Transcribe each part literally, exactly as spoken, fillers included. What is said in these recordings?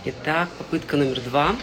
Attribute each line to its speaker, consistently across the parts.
Speaker 1: Итак, попытка номер два.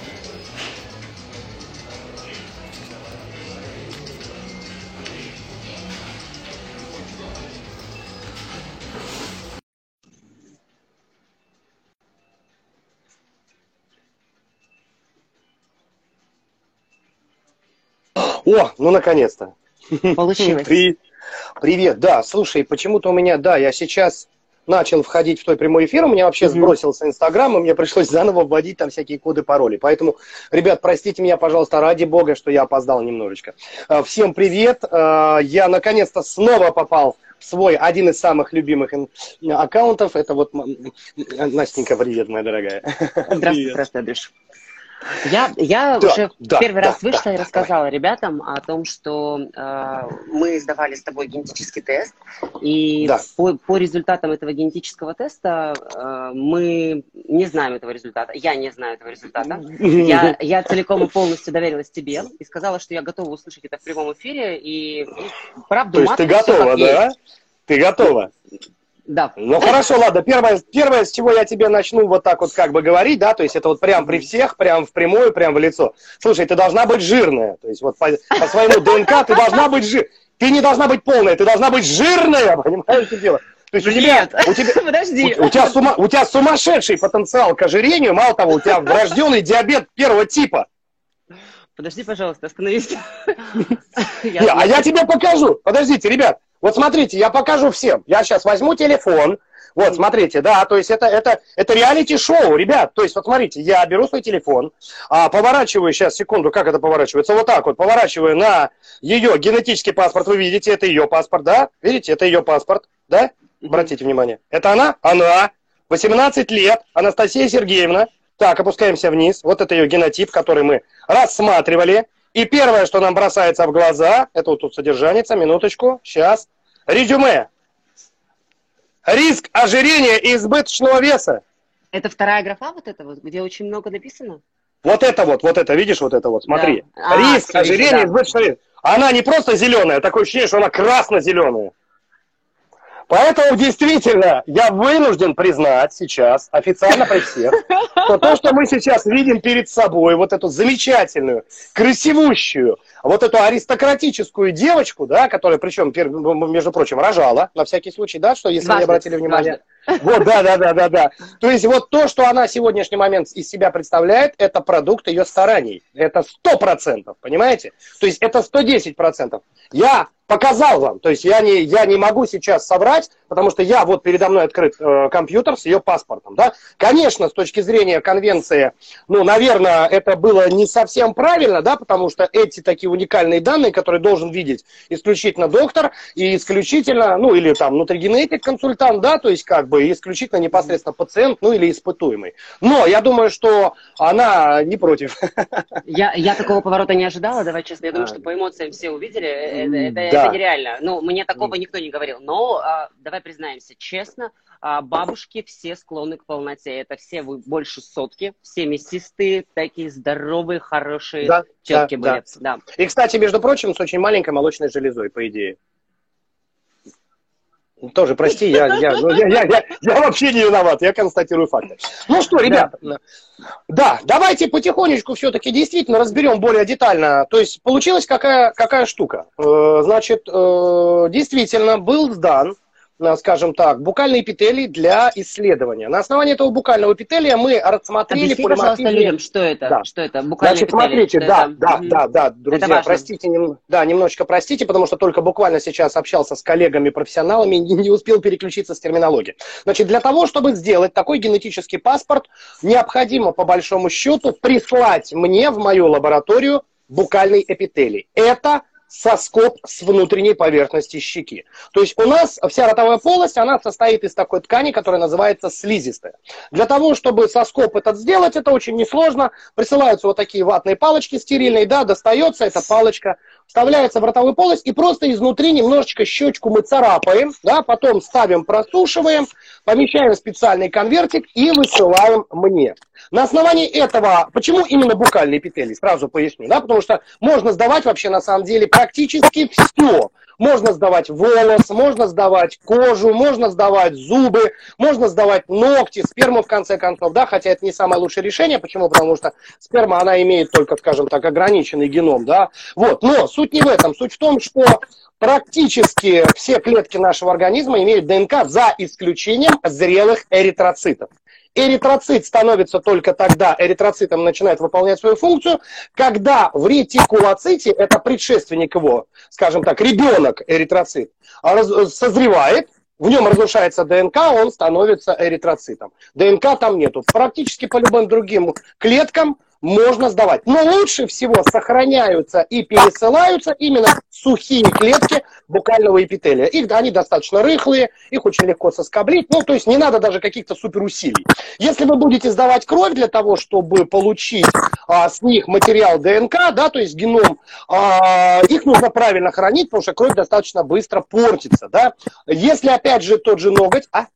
Speaker 2: О, ну наконец-то.
Speaker 1: Получилось.
Speaker 2: При... Привет, да, слушай, почему-то у меня, да, я сейчас начал входить в той прямой эфир, у меня вообще mm-hmm. сбросился Инстаграм, и мне пришлось заново вводить там всякие коды, пароли. Поэтому, ребят, простите меня, пожалуйста, ради бога, что я опоздал немножечко. Всем привет, я наконец-то снова попал в свой один из самых любимых аккаунтов. Это вот Настенька, привет, моя дорогая.
Speaker 1: Здравствуй, здравствуй, Андрюш. Я, я
Speaker 2: да,
Speaker 1: уже
Speaker 2: да,
Speaker 1: первый
Speaker 2: да,
Speaker 1: раз вышла
Speaker 2: да,
Speaker 1: и рассказала
Speaker 2: давай.
Speaker 1: ребятам о том, что э, мы сдавали с тобой генетический тест, и
Speaker 2: да.
Speaker 1: по, по результатам этого генетического теста э, мы не знаем этого результата, я не знаю этого результата. Я, я целиком и полностью доверилась тебе и сказала, что я готова услышать это в прямом эфире, и, и правду,
Speaker 2: То есть
Speaker 1: мат,
Speaker 2: ты готова, да?
Speaker 1: Есть.
Speaker 2: Ты готова?
Speaker 1: Да.
Speaker 2: Ну хорошо, ладно. Первое, первое, с чего я тебе начну вот так вот как бы говорить, да, то есть это вот прям при всех, прям впрямую, прям в лицо. Слушай, ты должна быть жирная, то есть вот по, по своему ДНК ты должна быть жирная. Ты не должна быть полная, ты должна быть жирная, понимаешь, что дело? То есть у тебя,
Speaker 1: Нет,
Speaker 2: у тебя,
Speaker 1: подожди.
Speaker 2: У, у, тебя сума, у тебя сумасшедший потенциал к ожирению, мало того, у тебя врожденный диабет первого типа.
Speaker 1: Подожди, пожалуйста, остановись.
Speaker 2: Не, а я тебе покажу. Подождите, ребят. Вот смотрите, я покажу всем. Я сейчас возьму телефон. Вот, смотрите, да, то есть это, это, это реалити-шоу, ребят. То есть, вот смотрите, я беру свой телефон, а, поворачиваю, сейчас, секунду, как это поворачивается? Вот так вот, поворачиваю на ее генетический паспорт. Вы видите, это ее паспорт, да? Видите, это ее паспорт, да? Обратите внимание. Это она? Она. восемнадцать лет, Анастасия Сергеевна. Так, опускаемся вниз. Вот это ее генотип, который мы рассматривали. И первое, что нам бросается в глаза, это вот тут содержанница, минуточку, сейчас. Резюме. Риск ожирения и избыточного веса.
Speaker 1: Это вторая графа вот эта вот, где очень много написано?
Speaker 2: Вот это вот, вот это, видишь, вот это вот, смотри.
Speaker 1: Да.
Speaker 2: Риск
Speaker 1: а,
Speaker 2: ожирения
Speaker 1: да.
Speaker 2: и избыточного веса. Она не просто зеленая, такое ощущение, что она красно-зеленая. Поэтому, действительно, я вынужден признать сейчас, официально при всех, что то, что мы сейчас видим перед собой, вот эту замечательную, красивущую, вот эту аристократическую девочку, да, которая, причем, между прочим, рожала, на всякий случай, да, что, если вы не обратили внимание. Вот, да, да, да, да, да. То есть вот то, что она в сегодняшний момент из себя представляет, это продукт ее стараний. Это сто процентов, понимаете? То есть это сто десять процентов. Я показал вам, то есть я не, я не могу сейчас соврать, потому что я, вот передо мной открыт э, компьютер с ее паспортом, да. Конечно, с точки зрения конвенции, ну, наверное, это было не совсем правильно, да, потому что эти такие уникальные данные, которые должен видеть исключительно доктор и исключительно, ну, или там нутригенетик консультант, да, то есть как бы исключительно непосредственно пациент, ну, или испытуемый. Но я думаю, что она не против.
Speaker 1: Я, я такого поворота не ожидала, давай честно, я думаю, что по эмоциям все увидели, это, это,
Speaker 2: да.
Speaker 1: это нереально. Ну, мне такого никто не говорил, но а, давай признаемся честно, а, бабушки все склонны к полноте, это все вы больше сотки, все мясистые, такие здоровые, хорошие
Speaker 2: да,
Speaker 1: тетки
Speaker 2: да,
Speaker 1: были.
Speaker 2: Да.
Speaker 1: Да.
Speaker 2: И, кстати, между прочим, с очень маленькой молочной железой, по идее. Тоже, прости, я, я, ну, я, я, я, я вообще не виноват, я констатирую факты. Ну что, ребята, да, да давайте потихонечку все-таки действительно разберем более детально. То есть получилась какая, какая штука. Значит, действительно был сдан, скажем так, букальный эпителий для исследования. На основании этого букального эпителия мы рассмотрели...
Speaker 1: Объясни, пожалуйста, людям, что это?
Speaker 2: Да.
Speaker 1: Что это? Букальный
Speaker 2: Значит,
Speaker 1: эпителий.
Speaker 2: смотрите,
Speaker 1: что
Speaker 2: да,
Speaker 1: это?
Speaker 2: да,
Speaker 1: Угу.
Speaker 2: да, да, друзья, простите, нем, да, немножечко простите, потому что только буквально сейчас общался с коллегами-профессионалами и не, не успел переключиться с терминологией. Значит, для того, чтобы сделать такой генетический паспорт, необходимо, по большому счету, прислать мне в мою лабораторию букальный эпителий. Это соскоб с внутренней поверхности щеки. То есть у нас вся ротовая полость, она состоит из такой ткани, которая называется слизистая. Для того, чтобы соскоб этот сделать, это очень несложно. Присылаются вот такие ватные палочки стерильные, да, достается эта палочка, вставляется в ротовую полость и просто изнутри немножечко щечку мы царапаем, да, потом ставим, просушиваем, помещаем в специальный конвертик и высылаем мне. На основании этого, почему именно букальный эпителий, сразу поясню, да, потому что можно сдавать вообще на самом деле практически все. Можно сдавать волос, можно сдавать кожу, можно сдавать зубы, можно сдавать ногти, сперму в конце концов, да, хотя это не самое лучшее решение. Почему? Потому что сперма, она имеет только, скажем так, ограниченный геном, да. Вот, но суть не в этом. Суть в том, что практически все клетки нашего организма имеют ДНК за исключением зрелых эритроцитов. Эритроцит становится только тогда, эритроцитом начинает выполнять свою функцию, когда в ретикулоците, это предшественник его, скажем так, ребенок эритроцит, созревает, в нем разрушается ДНК, он становится эритроцитом. ДНК там нету. Практически по любым другим клеткам можно сдавать. Но лучше всего сохраняются и пересылаются именно сухие клетки букального эпителия. Их, да, они достаточно рыхлые, их очень легко соскоблить. Ну, то есть не надо даже каких-то суперусилий. Если вы будете сдавать кровь для того, чтобы получить а, с них материал ДНК, да, то есть геном, а, их нужно правильно хранить, потому что кровь достаточно быстро портится. Да. Если, опять же, тот же ноготь... А?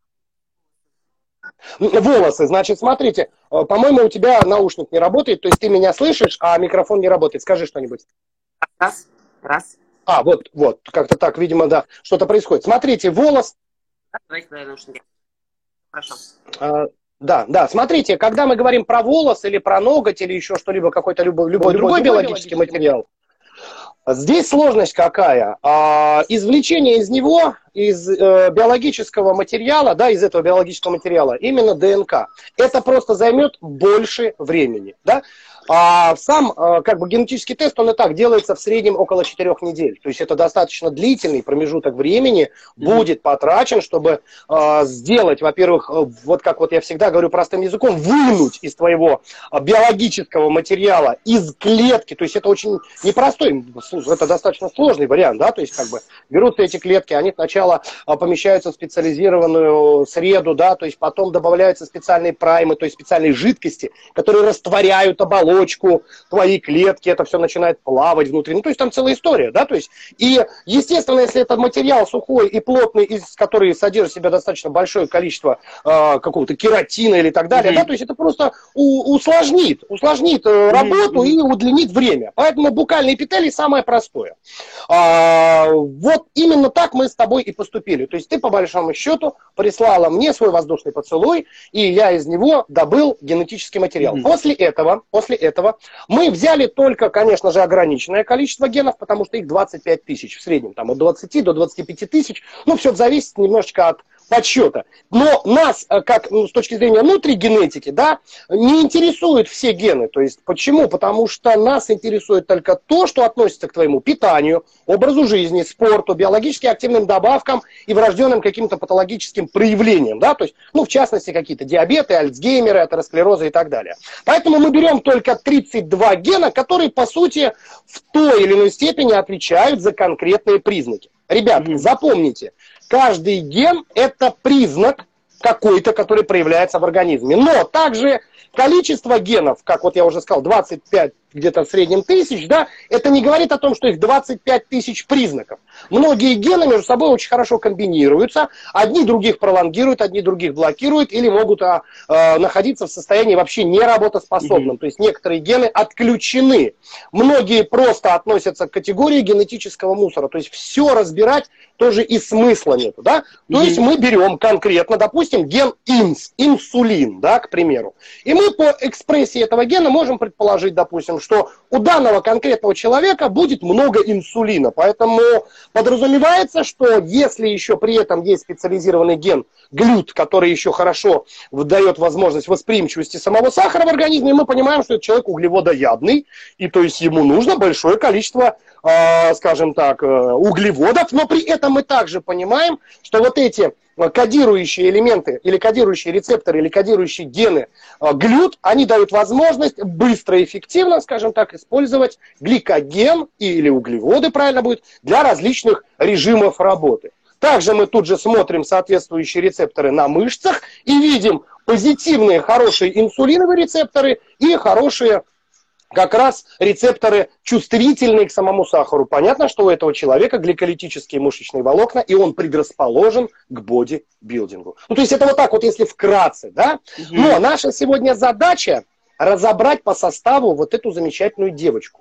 Speaker 2: Волосы, значит, смотрите, по-моему, у тебя наушник не работает, то есть ты меня слышишь, а микрофон не работает. Скажи что-нибудь.
Speaker 1: Раз, раз.
Speaker 2: А, вот, вот, как-то так, видимо, да, что-то происходит. Смотрите, волос...
Speaker 1: Давайте наушники. Хорошо.
Speaker 2: А, да, да, смотрите, когда мы говорим про волос или про ноготь или еще что-либо, какой-то любой, любой, любой другой биологический материал, здесь сложность какая? А, извлечение из него, из э, биологического материала, да, из этого биологического материала, именно ДНК, это просто займет больше времени, да? А сам э, как бы генетический тест, он и так делается в среднем около четырех недель. То есть это достаточно длительный промежуток времени mm-hmm. будет потрачен, чтобы э, сделать, во-первых, э, вот как вот я всегда говорю простым языком, вынуть из твоего э, биологического материала, из клетки. То есть это очень непростой, это достаточно сложный вариант, да, то есть как бы берутся эти клетки, они сначала э, помещаются в специализированную среду, да, то есть потом добавляются специальные праймы, то есть специальные жидкости, которые растворяют оболочку, твои клетки, это все начинает плавать внутри. Ну, то есть там целая история, да, то есть, и, естественно, если это материал сухой и плотный, из который содержит в себе достаточно большое количество э, какого-то кератина или так далее, mm-hmm. да, то есть это просто у, усложнит, усложнит э, работу mm-hmm. и удлинит время. Поэтому букальный эпителий самое простое. А, вот именно так мы с тобой и поступили. То есть ты, по большому счету, прислала мне свой воздушный поцелуй, и я из него добыл генетический материал. Mm-hmm. После этого, после этого этого. Мы взяли только, конечно же, ограниченное количество генов, потому что их двадцать пять тысяч в среднем, там от двадцати до двадцати пяти тысяч. Ну, все зависит немножечко от подсчета. Но нас, как ну, с точки зрения внутригенетики, да, не интересуют все гены. То есть почему? Потому что нас интересует только то, что относится к твоему питанию, образу жизни, спорту, биологически активным добавкам и врожденным каким-то патологическим проявлениям. Да? То есть, ну, в частности, какие-то диабеты, альцгеймеры, атеросклерозы и так далее. Поэтому мы берем только тридцать два гена, которые, по сути, в той или иной степени отвечают за конкретные признаки. Ребят, mm-hmm. запомните, каждый ген – это признак какой-то, который проявляется в организме. Но также количество генов, как вот я уже сказал, двадцать пять где-то в среднем тысяч, да, это не говорит о том, что их двадцать пять тысяч признаков. Многие гены между собой очень хорошо комбинируются, одни других пролонгируют, одни других блокируют или могут а, а, находиться в состоянии вообще неработоспособном. Mm-hmm. То есть некоторые гены отключены. Многие просто относятся к категории генетического мусора. То есть все разбирать тоже и смысла нету. Да? То mm-hmm. есть мы берем конкретно, допустим, ген инс, инсулин, да, к примеру. И мы по экспрессии этого гена можем предположить, допустим, что у данного конкретного человека будет много инсулина. Поэтому подразумевается, что если еще при этом есть специализированный ген глют, который еще хорошо дает возможность восприимчивости самого сахара в организме, мы понимаем, что этот человек углеводоядный, и то есть ему нужно большое количество, э, скажем так, углеводов, но при этом мы также понимаем, что вот эти кодирующие элементы, или кодирующие рецепторы, или кодирующие гены глют, они дают возможность быстро и эффективно, скажем так, использовать гликоген или углеводы, правильно будет, для различных режимов работы. Также мы тут же смотрим соответствующие рецепторы на мышцах и видим позитивные, хорошие инсулиновые рецепторы и хорошие как раз рецепторы, чувствительные к самому сахару. Понятно, что у этого человека гликолитические мышечные волокна, и он предрасположен к бодибилдингу. Ну, то есть это вот так вот, если вкратце, да? Угу. Но наша сегодня задача разобрать по составу вот эту замечательную девочку.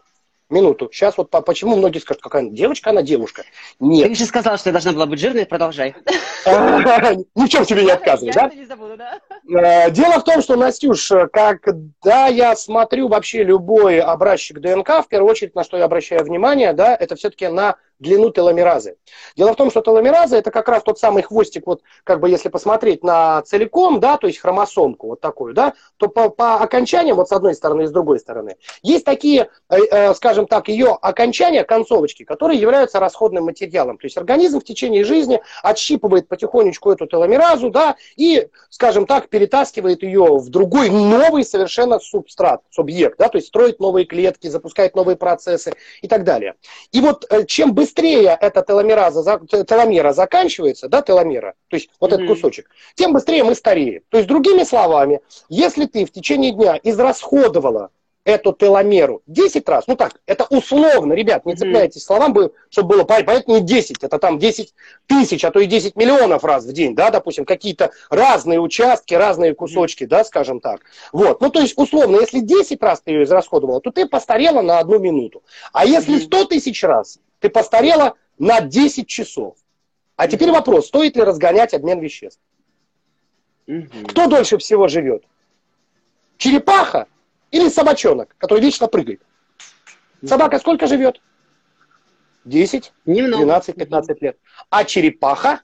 Speaker 2: Минуту. Сейчас вот по, почему многие скажут, какая девочка, она девушка. Нет.
Speaker 1: Ты же сказала, что я должна была быть жирной, продолжай.
Speaker 2: Ни в чем себе не отказывай, да?
Speaker 1: Я это не забуду, да?
Speaker 2: Дело в том, что, Настюш, когда я смотрю вообще любой образчик ДНК, в первую очередь, на что я обращаю внимание, да, это все-таки на длину теломеразы. Дело в том, что теломераза это как раз тот самый хвостик, вот как бы если посмотреть на целиком, да, то есть хромосомку вот такую, да, то по, по окончаниям, вот с одной стороны и с другой стороны, есть такие, э, э, скажем так, ее окончания, концовочки, которые являются расходным материалом. То есть организм в течение жизни отщипывает потихонечку эту теломеразу, да, и, скажем так, перетаскивает ее в другой новый совершенно субстрат, субъект, да, то есть строит новые клетки, запускает новые процессы и так далее. И вот э, чем быстрее быстрее эта теломераза, теломера заканчивается, да, теломера, то есть вот mm-hmm. этот кусочек, тем быстрее мы стареем. То есть, другими словами, если ты в течение дня израсходовала эту теломеру десять раз, ну так, это условно, ребят, не mm-hmm. цепляйтесь словам, чтобы было понятно, не десять, это там десять тысяч, а то и десять миллионов раз в день, да, допустим, какие-то разные участки, разные кусочки, mm-hmm. да, скажем так. Вот, ну то есть, условно, если десять раз ты ее израсходовала, то ты постарела на одну минуту. А если сто тысяч раз, ты постарела на десять часов. А теперь вопрос, стоит ли разгонять обмен веществ? Mm-hmm. Кто дольше всего живет? Черепаха или собачонок, который вечно прыгает? Mm-hmm. Собака сколько живет? десять, двенадцать, пятнадцать лет. А черепаха?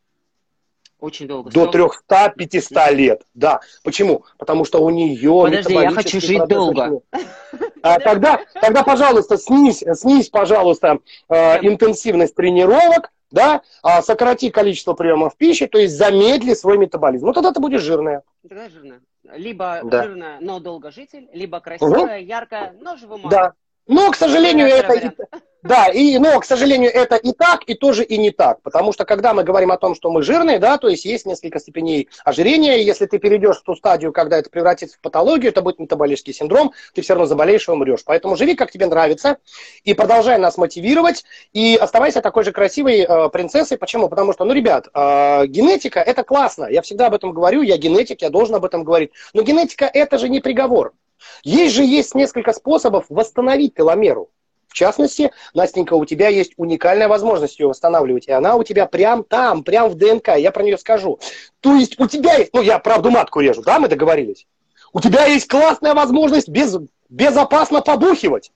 Speaker 1: Очень долго.
Speaker 2: До трёхсот-пятисот лет. Да. Почему? Потому что у нее...
Speaker 1: Подожди, я хочу жить долго.
Speaker 2: А, тогда, тогда, пожалуйста, снизь, снизь, пожалуйста, э, интенсивность тренировок, да, а, сократи количество приемов пищи, то есть замедли свой метаболизм. Ну, тогда ты будешь жирная.
Speaker 1: Тогда жирная. Либо
Speaker 2: да.
Speaker 1: жирная, но долгожитель, либо красивая, угу. яркая, но живу мало.
Speaker 2: Да. Но, к сожалению, это... И, да, и, но, к сожалению, это и так, и тоже и не так. Потому что, когда мы говорим о том, что мы жирные, да, то есть есть несколько степеней ожирения. И если ты перейдешь в ту стадию, когда это превратится в патологию, это будет метаболический синдром, ты все равно заболеешь и умрешь. Поэтому живи, как тебе нравится, и продолжай нас мотивировать, и оставайся такой же красивой э, принцессой. Почему? Потому что, ну, ребят, э, генетика – это классно. Я всегда об этом говорю, я генетик, я должен об этом говорить. Но генетика – это же не приговор. Есть же есть несколько способов восстановить теломеру. В частности, Настенька, у тебя есть уникальная возможность ее восстанавливать, и она у тебя прям там, прям в ДНК, я про нее скажу. То есть у тебя есть, ну я правду матку режу, да, мы договорились? У тебя есть классная возможность без, безопасно побухивать.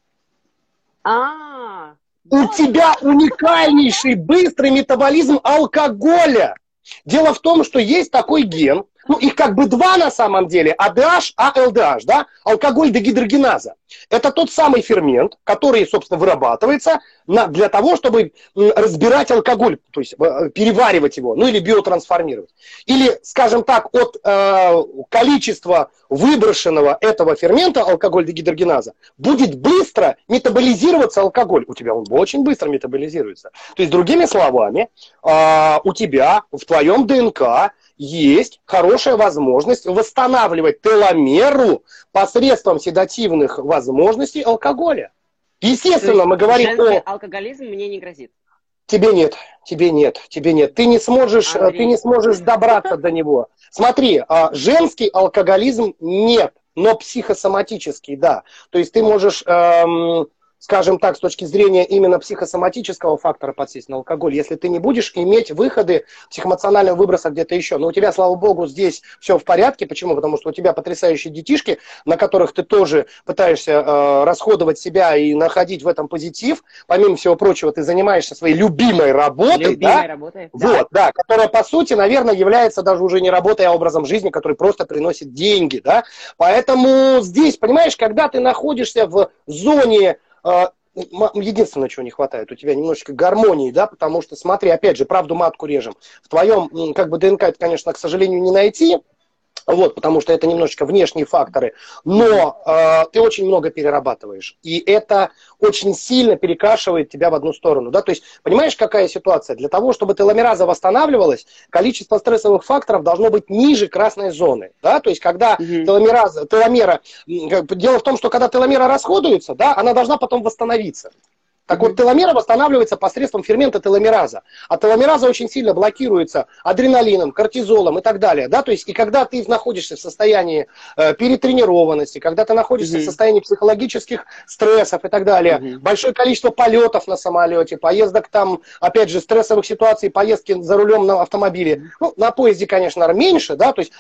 Speaker 1: А-а-а.
Speaker 2: У тебя уникальнейший быстрый метаболизм алкоголя. Дело в том, что есть такой ген, ну, их как бы два на самом деле, а дэ аш, а эл дэ аш, да, алкоголь-дегидрогеназа. Это тот самый фермент, который, собственно, вырабатывается на, для того, чтобы разбирать алкоголь, то есть переваривать его, ну или биотрансформировать. Или, скажем так, от э, количества выброшенного этого фермента, алкоголь-дегидрогеназа, будет быстро метаболизироваться алкоголь. У тебя он очень быстро метаболизируется. То есть, другими словами, э, у тебя в твоем ДНК есть хорошая возможность восстанавливать теломеру посредством седативных возможностей алкоголя. Естественно, мы говорим о...
Speaker 1: алкоголизм мне не грозит.
Speaker 2: Тебе нет, тебе нет, тебе нет. Ты не сможешь, Андрей. ты не сможешь добраться до него. Смотри, женский алкоголизм нет, но психосоматический, да. То есть ты можешь... Эм, скажем так, с точки зрения именно психосоматического фактора подсесть на алкоголь, если ты не будешь иметь выходы психоэмоционального выброса где-то еще. Но у тебя, слава богу, здесь все в порядке. Почему? Потому что у тебя потрясающие детишки, на которых ты тоже пытаешься э, расходовать себя и находить в этом позитив. Помимо всего прочего, ты занимаешься своей любимой работой.
Speaker 1: Любимой
Speaker 2: да?
Speaker 1: работой.
Speaker 2: Вот, да, которая, по сути, наверное, является даже уже не работой, а образом жизни, который просто приносит деньги. Да? Поэтому здесь, понимаешь, когда ты находишься в зоне... Единственное, чего не хватает, у тебя немножечко гармонии, да, потому что, смотри, опять же, правду матку режем. В твоем, как бы, ДНК это, конечно, к сожалению, не найти, вот, потому что это немножечко внешние факторы, но э, ты очень много перерабатываешь, и это очень сильно перекашивает тебя в одну сторону, да, то есть, понимаешь, какая ситуация? Для того, чтобы теломераза восстанавливалась, количество стрессовых факторов должно быть ниже красной зоны, да, то есть, когда mm-hmm. теломераза, теломера, дело в том, что когда теломера расходуется, да, она должна потом восстановиться. Так вот, теломера восстанавливается посредством фермента теломераза. А теломераза очень сильно блокируется адреналином, кортизолом и так далее. Да? То есть, и когда ты находишься в состоянии э, перетренированности, когда ты находишься mm-hmm. в состоянии психологических стрессов и так далее, mm-hmm. большое количество полетов на самолете, поездок там, опять же, стрессовых ситуаций, поездки за рулем на автомобиле. Ну, на поезде, конечно, меньше, да, то есть,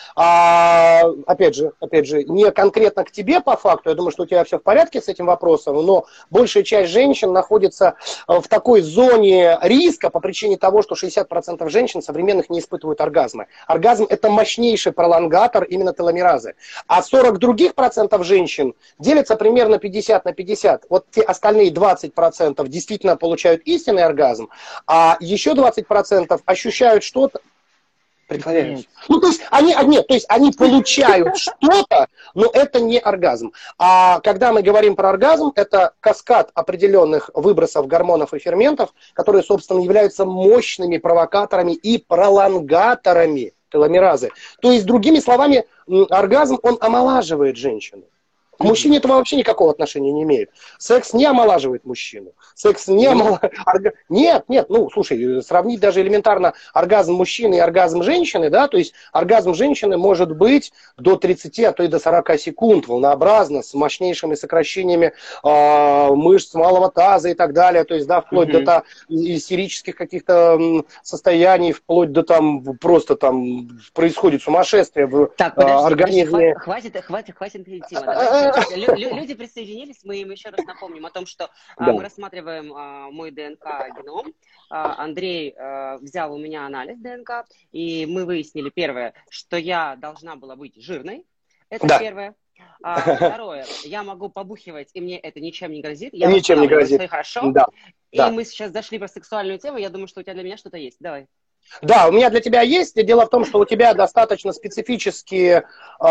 Speaker 2: а, опять же, опять же, не конкретно к тебе по факту, я думаю, что у тебя все в порядке с этим вопросом, но большая часть женщин находится находится в такой зоне риска по причине того, что шестьдесят процентов женщин современных не испытывают оргазмы. Оргазм – это мощнейший пролонгатор именно теломеразы. А сорок других процентов женщин делятся примерно пятьдесят на пятьдесят. Вот те остальные двадцать процентов действительно получают истинный оргазм, а еще двадцать процентов ощущают что-то, притворяются. Ну, то есть они, нет, то есть они получают что-то, но это не оргазм. А когда мы говорим про оргазм, это каскад определенных выбросов гормонов и ферментов, которые, собственно, являются мощными провокаторами и пролонгаторами теломеразы. То есть, другими словами, оргазм, он омолаживает женщину. К мужчине этого вообще никакого отношения не имеет. Секс не омолаживает мужчину. Секс не омолаживает... Нет, нет, ну, слушай, сравнить даже элементарно оргазм мужчины и оргазм женщины, да, то есть оргазм женщины может быть до тридцати, а то и до сорока секунд, волнообразно, с мощнейшими сокращениями э, мышц малого таза и так далее, то есть, да, вплоть mm-hmm. до та, истерических каких-то состояний, вплоть до там, просто там происходит сумасшествие в
Speaker 1: так, подожди,
Speaker 2: э, организме.
Speaker 1: Хватит, хватит, хватит интеллектива, давай. Люди присоединились, мы им еще раз напомним о том, что да. а, мы рассматриваем а, мой ДНК-геном. А, Андрей а, взял у меня анализ ДНК, и мы выяснили, первое, что я должна была быть жирной. Это да. первое. А, второе, я могу побухивать, и мне это ничем не грозит. Я
Speaker 2: ничем не грозит.
Speaker 1: Хорошо.
Speaker 2: Да.
Speaker 1: И
Speaker 2: да.
Speaker 1: мы сейчас зашли про сексуальную тему, я думаю, что у тебя для меня что-то есть. Давай.
Speaker 2: Да, у меня для тебя есть. Дело в том, что у тебя достаточно специфически э,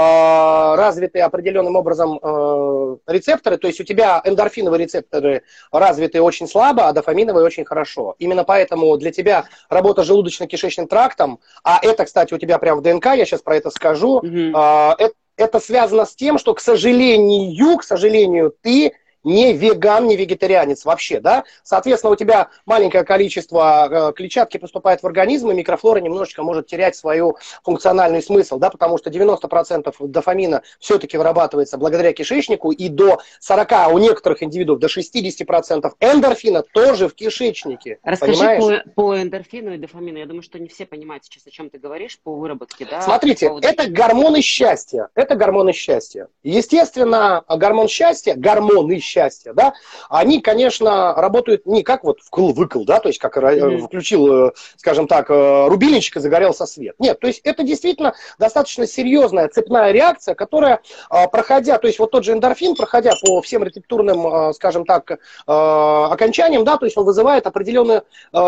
Speaker 2: развиты определенным образом э, рецепторы. То есть у тебя эндорфиновые рецепторы развиты очень слабо, а дофаминовые очень хорошо. Именно поэтому для тебя работа желудочно-кишечным трактом, а это, кстати, у тебя прям в ДНК, я сейчас про это скажу, mm-hmm. э, это, это связано с тем, что, к сожалению, к сожалению, ты не веган, не вегетарианец вообще, да? Соответственно, у тебя маленькое количество клетчатки поступает в организм, и микрофлора немножечко может терять свою функциональный смысл, да, потому что девяносто процентов дофамина все-таки вырабатывается благодаря кишечнику, и до сорока, а у некоторых индивидуов до шестидесяти процентов эндорфина тоже в кишечнике.
Speaker 1: Расскажи по, по эндорфину и дофамину. Я думаю, что не все понимают сейчас, о чем ты говоришь, по выработке, да?
Speaker 2: Смотрите, по это гормоны счастья. Это гормоны счастья. Естественно, гормон счастья, гормоны счастья, счастья, да, они, конечно, работают не как вот вкл-выкл, да, то есть как mm-hmm. включил, скажем так, рубильничек и загорелся свет. Нет, то есть это действительно достаточно серьезная цепная реакция, которая, проходя, то есть вот тот же эндорфин, проходя по всем рецептурным, скажем так, окончаниям, да, то есть он вызывает определенную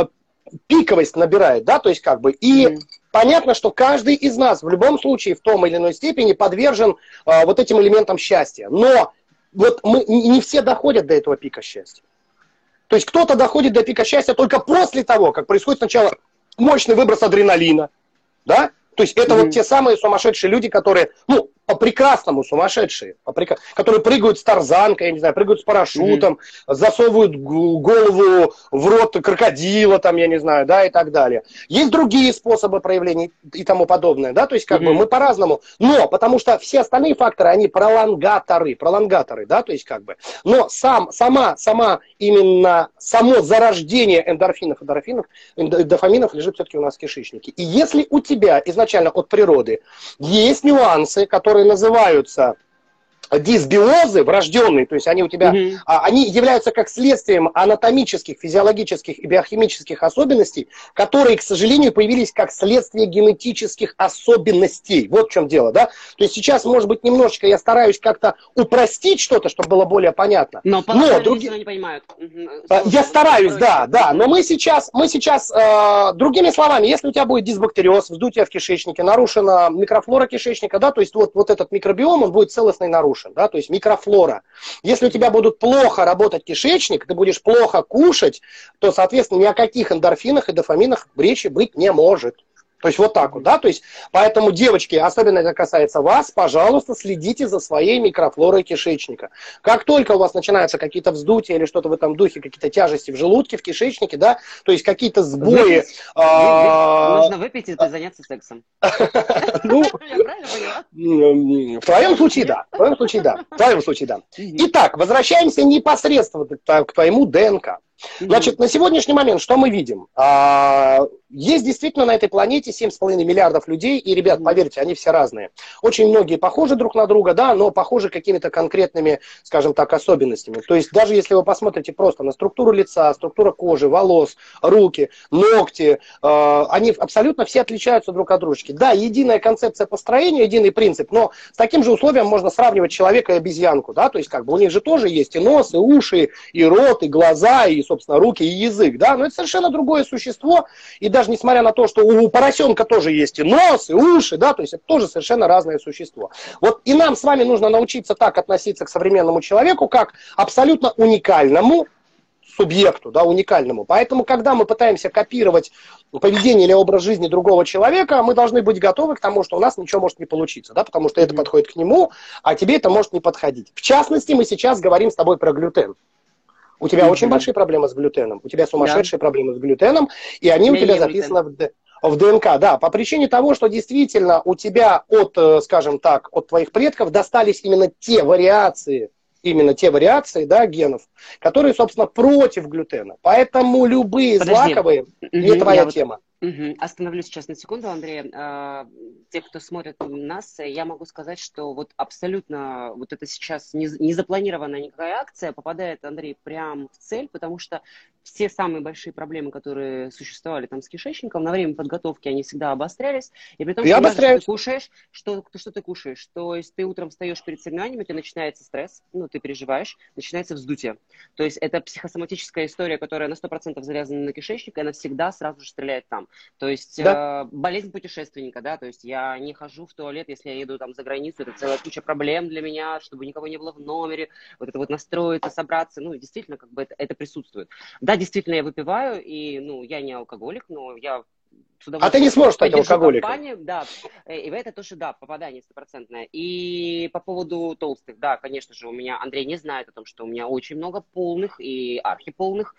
Speaker 2: пиковость, набирает, да, то есть как бы, и mm-hmm. понятно, что каждый из нас в любом случае в том или иной степени подвержен вот этим элементам счастья, но вот мы, не все доходят до этого пика счастья. То есть кто-то доходит до пика счастья только после того, как происходит сначала мощный выброс адреналина, да? То есть это mm-hmm. вот те самые сумасшедшие люди, которые, ну, по-прекрасному сумасшедшие, по прекра... которые прыгают с тарзанкой, я не знаю, прыгают с парашютом, mm-hmm. засовывают голову в рот крокодила, там, я не знаю, да, и так далее. Есть другие способы проявления и тому подобное, да, то есть как mm-hmm. бы мы по-разному, но потому что все остальные факторы, они пролонгаторы, пролонгаторы, да, то есть как бы, но сам, сама, сама именно само зарождение эндорфинов, эндорфинов, дофаминов лежит все-таки у нас в кишечнике. И если у тебя изначально от природы есть нюансы, которые которые называются дисбиозы врожденные, то есть они у тебя, mm-hmm. а, они являются как следствием анатомических, физиологических и биохимических особенностей, которые, к сожалению, появились как следствие генетических особенностей. Вот в чем дело, да? То есть сейчас, может быть, немножечко я стараюсь как-то упростить что-то, чтобы было более понятно.
Speaker 1: Но, но другие не понимают.
Speaker 2: Я стараюсь, да, да. Но мы сейчас, мы сейчас, э, другими словами, если у тебя будет дисбактериоз, вздутие в кишечнике, нарушена микрофлора кишечника, да, то есть вот, вот этот микробиом, он будет целостный нарушен. Да, то есть микрофлора. Если у тебя будут плохо работать кишечник, ты будешь плохо кушать, то, соответственно, ни о каких эндорфинах и дофаминах речи быть не может. То есть вот так вот, да, то есть поэтому, девочки, особенно это касается вас, пожалуйста, следите за своей микрофлорой кишечника. Как только у вас начинаются какие-то вздутия или что-то в этом духе, какие-то тяжести в желудке, в кишечнике, да, то есть какие-то сбои.
Speaker 1: Выпить, а... Нужно выпить и заняться сексом.
Speaker 2: Ну, в твоем случае, да. В твоем случае, да. В твоем случае, да. Итак, возвращаемся непосредственно к твоему ДНК. Значит, на сегодняшний момент что мы видим? А, есть действительно на этой планете семь с половиной миллиардов людей, и, ребят, поверьте, они все разные. Очень многие похожи друг на друга, да, но похожи какими-то конкретными, скажем так, особенностями. То есть даже если вы посмотрите просто на структуру лица, структуру кожи, волос, руки, ногти, э, они абсолютно все отличаются друг от дружки. Да, единая концепция построения, единый принцип, но с таким же условием можно сравнивать человека и обезьянку, да, то есть как бы у них же тоже есть и нос, и уши, и рот, и глаза, и, собственно, руки, и язык, да, но это совершенно другое существо, и даже несмотря на то, что у поросенка тоже есть и нос, и уши, да, то есть это тоже совершенно разное существо. Вот и нам с вами нужно научиться так относиться к современному человеку, как абсолютно уникальному субъекту, да, уникальному. Поэтому, когда мы пытаемся копировать поведение или образ жизни другого человека, мы должны быть готовы к тому, что у нас ничего может не получиться, да, потому что это подходит к нему, а тебе это может не подходить. В частности, мы сейчас говорим с тобой про глютен. У тебя mm-hmm. очень большие проблемы с глютеном, у тебя сумасшедшие yeah. проблемы с глютеном, и они Я у тебя записаны в, в ДНК. Да, по причине того, что действительно у тебя от, скажем так, от твоих предков достались именно те вариации, именно те вариации, да, генов, которые, собственно, против глютена. Поэтому любые
Speaker 1: Подожди.
Speaker 2: злаковые mm-hmm. не твоя Я тема.
Speaker 1: Вот... Угу. Остановлюсь сейчас на секунду, Андрей. А, те, кто смотрит нас, я могу сказать, что вот абсолютно вот это сейчас не, не запланированная никакая акция попадает, Андрей, прямо в цель, потому что все самые большие проблемы, которые существовали там с кишечником, на время подготовки они всегда обострялись. И при том, что, даже, что ты кушаешь, что, что ты кушаешь, то есть ты утром встаешь перед соревнованиями, у тебя начинается стресс, ну, ты переживаешь, начинается вздутие. То есть это психосоматическая история, которая на сто процентов завязана на кишечник, и она всегда сразу же стреляет там. То есть да. э, болезнь путешественника, да, то есть я не хожу в туалет, если я еду там за границу, это целая куча проблем для меня, чтобы никого не было в номере, вот это вот настроиться, собраться, ну, действительно, как бы это, это присутствует. Да, действительно, я выпиваю, и, ну, я не алкоголик, но я...
Speaker 2: А ты не сможешь стать алкоголиком.
Speaker 1: Да, и в это тоже, да, попадание стопроцентное. И по поводу толстых, да, конечно же, у меня, Андрей не знает о том, что у меня очень много полных и архиполных.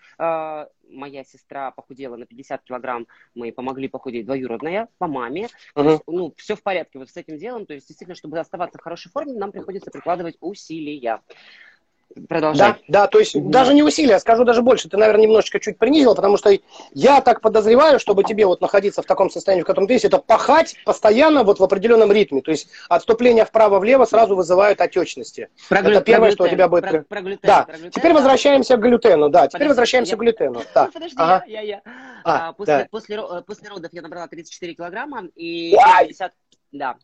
Speaker 1: Моя сестра похудела на пятьдесят килограмм, мы помогли похудеть, двоюродная, по маме. Uh-huh. То есть, ну, все в порядке вот с этим делом. То есть, действительно, чтобы оставаться в хорошей форме, нам приходится прикладывать усилия. Продолжай.
Speaker 2: Да, да, то есть mm-hmm. даже не усилия, скажу даже больше, ты, наверное, немножечко чуть принизила, потому что я так подозреваю, чтобы тебе вот находиться в таком состоянии, в котором ты есть, это пахать постоянно вот в определенном ритме, то есть отступление вправо-влево сразу вызывают отечности.
Speaker 1: Про
Speaker 2: это
Speaker 1: глю...
Speaker 2: первое,
Speaker 1: про
Speaker 2: что у тебя будет...
Speaker 1: Про, про глютен,
Speaker 2: да,
Speaker 1: про глютен,
Speaker 2: теперь
Speaker 1: да.
Speaker 2: возвращаемся к глютену, да, теперь
Speaker 1: Подожди,
Speaker 2: возвращаемся
Speaker 1: я...
Speaker 2: к глютену. Да.
Speaker 1: Подожди,
Speaker 2: ага.
Speaker 1: я, я, я.
Speaker 2: А,
Speaker 1: а, после,
Speaker 2: да.
Speaker 1: после, после родов я набрала тридцать четыре килограмма и пятьдесят... Да,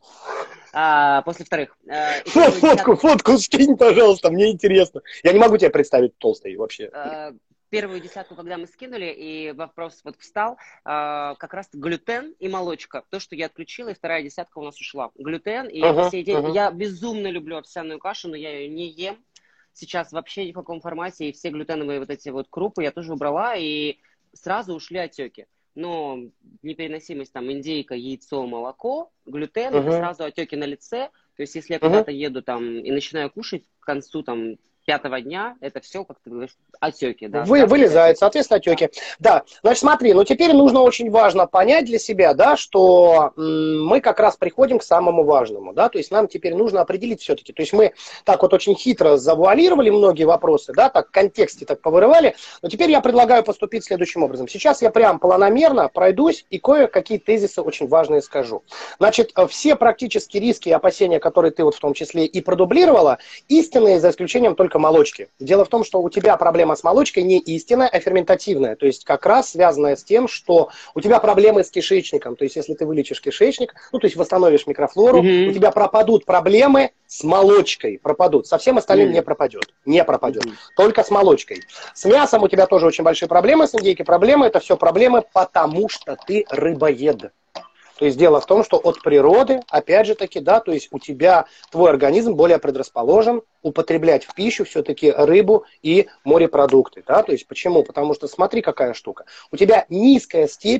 Speaker 1: а, после вторых. А,
Speaker 2: Фот, фотку, фотку скинь, пожалуйста, мне интересно. Я не могу тебя представить толстой вообще.
Speaker 1: А, первую десятку, когда мы скинули, и вопрос вот встал, а, как раз глютен и молочка. То, что я отключила, и вторая десятка у нас ушла. Глютен, и uh-huh, по сей день... Uh-huh. Я безумно люблю овсяную кашу, но я ее не ем. Сейчас вообще ни в каком формате, и все глютеновые вот эти вот крупы я тоже убрала, и сразу ушли отеки. Но непереносимость, там, индейка, яйцо, молоко, глютен, uh-huh. это сразу отеки на лице. То есть, если я uh-huh. куда-то еду там и начинаю кушать к концу там пятого дня, это все, как ты говоришь, отеки. Да,
Speaker 2: Вы, вылезает, соответственно, отеки. Да. да, значит, смотри, ну теперь нужно очень важно понять для себя, да, что м- мы как раз приходим к самому важному, да, то есть нам теперь нужно определить все-таки, то есть мы так вот очень хитро завуалировали многие вопросы, да, так в контексте так повырывали, но теперь я предлагаю поступить следующим образом. Сейчас я прям планомерно пройдусь и кое-какие тезисы очень важные скажу. Значит, все практически риски и опасения, которые ты вот в том числе и продублировала, истинные, за исключением только молочки. Дело в том, что у тебя проблема с молочкой не истинная, а ферментативная. То есть как раз связанная с тем, что у тебя проблемы с кишечником. То есть если ты вылечишь кишечник, ну то есть восстановишь микрофлору, mm-hmm. у тебя пропадут проблемы с молочкой. Пропадут. Со всем остальным mm-hmm. не пропадет. Не пропадет. Mm-hmm. Только с молочкой. С мясом у тебя тоже очень большие проблемы. С индейкой проблемы. Это все проблемы, потому что ты рыбоед. То есть дело в том, что от природы, опять же таки, да, то есть у тебя твой организм более предрасположен употреблять в пищу все-таки рыбу и морепродукты. Да? То есть почему? Потому что смотри, какая штука. У тебя низкая степень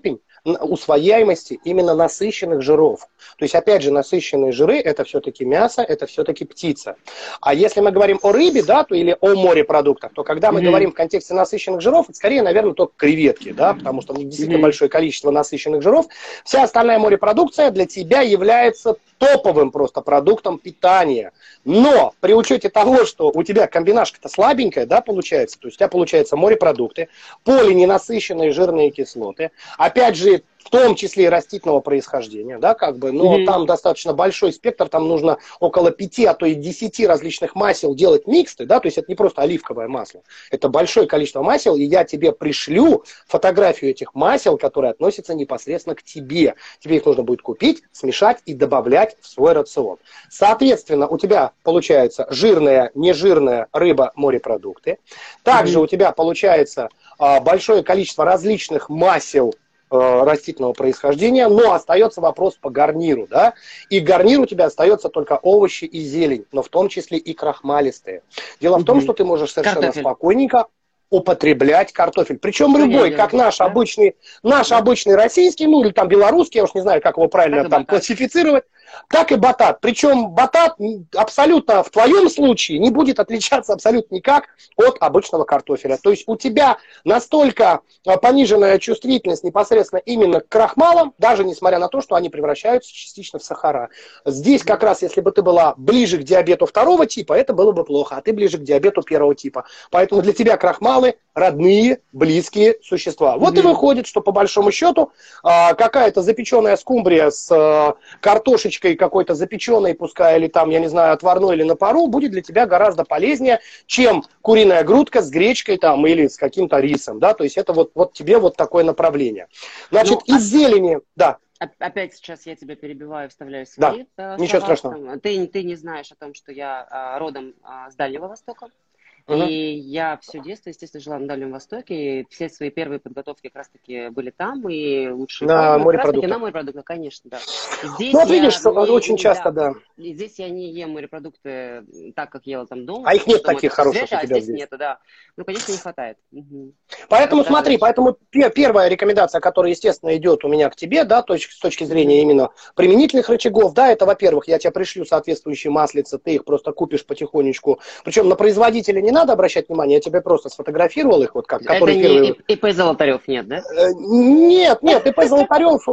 Speaker 2: усвояемости именно насыщенных жиров. То есть, опять же, насыщенные жиры – это все-таки мясо, это все-таки птица. А если мы говорим о рыбе, да, то, или о морепродуктах, то когда мы mm-hmm. говорим в контексте насыщенных жиров, это скорее, наверное, только креветки, да, потому что у них действительно mm-hmm. большое количество насыщенных жиров. Вся остальная морепродукция для тебя является топовым просто продуктом питания. Но при учете того, что у тебя комбинашка-то слабенькая, да, получается, то есть у тебя получается морепродукты, полиненасыщенные жирные кислоты, опять же, в том числе и растительного происхождения, да, как бы, но mm-hmm. там достаточно большой спектр, там нужно около пяти, а то и десяти различных масел делать миксты, да, то есть это не просто оливковое масло, это большое количество масел, и я тебе пришлю фотографию этих масел, которые относятся непосредственно к тебе. Тебе их нужно будет купить, смешать и добавлять в свой рацион. Соответственно, у тебя получается жирная, нежирная рыба, морепродукты. Также mm-hmm. у тебя получается а, большое количество различных масел растительного происхождения, но остается вопрос по гарниру, да, и гарнир у тебя остается только овощи и зелень, но в том числе и крахмалистые. Дело в том, что ты можешь совершенно Картофель. спокойненько употреблять картофель. Причем любой, как наш да? обычный, наш да. обычный российский, ну или там белорусский, я уж не знаю, как его правильно как там классифицировать, так и батат. Причем батат абсолютно в твоем случае не будет отличаться абсолютно никак от обычного картофеля. То есть у тебя настолько пониженная чувствительность непосредственно именно к крахмалам, даже несмотря на то, что они превращаются частично в сахара. Здесь как раз, если бы ты была ближе к диабету второго типа, это было бы плохо, а ты ближе к диабету первого типа. Поэтому для тебя крахмалы родные, близкие существа. Вот mm-hmm. и выходит, что по большому счету какая-то запеченная скумбрия с картошечкой какой-то запеченной, пускай или там, я не знаю, отварной или на пару, будет для тебя гораздо полезнее, чем куриная грудка с гречкой там или с каким-то рисом, да, то есть это вот, вот тебе вот такое направление. Значит, ну, из а... зелени, да.
Speaker 1: Опять сейчас я тебя перебиваю, вставляю свои
Speaker 2: да, ничего страшного.
Speaker 1: Ты, ты не знаешь о том, что я а, родом а, с Дальнего Востока. Uh-huh. И я все детство, естественно, жила на Дальнем Востоке, и все свои первые подготовки как раз-таки были там, и лучшие
Speaker 2: на морепродуктах.
Speaker 1: На морепродуктах, конечно, да.
Speaker 2: Здесь ну, видишь, не, очень часто, да. да.
Speaker 1: И здесь я не ем морепродукты так, как ела там дома.
Speaker 2: А их нет таких хороших
Speaker 1: свежие,
Speaker 2: у тебя
Speaker 1: а здесь?
Speaker 2: здесь?
Speaker 1: Нету, да. Ну, конечно, не хватает. Угу.
Speaker 2: Поэтому Тогда смотри, поэтому первая рекомендация, которая, естественно, идет у меня к тебе, да, то есть с точки зрения именно применительных рычагов, да, это, во-первых, я тебе пришлю соответствующие маслица, ты их просто купишь потихонечку. Причем на производителя не надо обращать внимание, я тебе просто сфотографировал их, вот как
Speaker 1: который это не первый... ИП Золотарев, нет, да?
Speaker 2: Нет, нет, ИП Золотарев,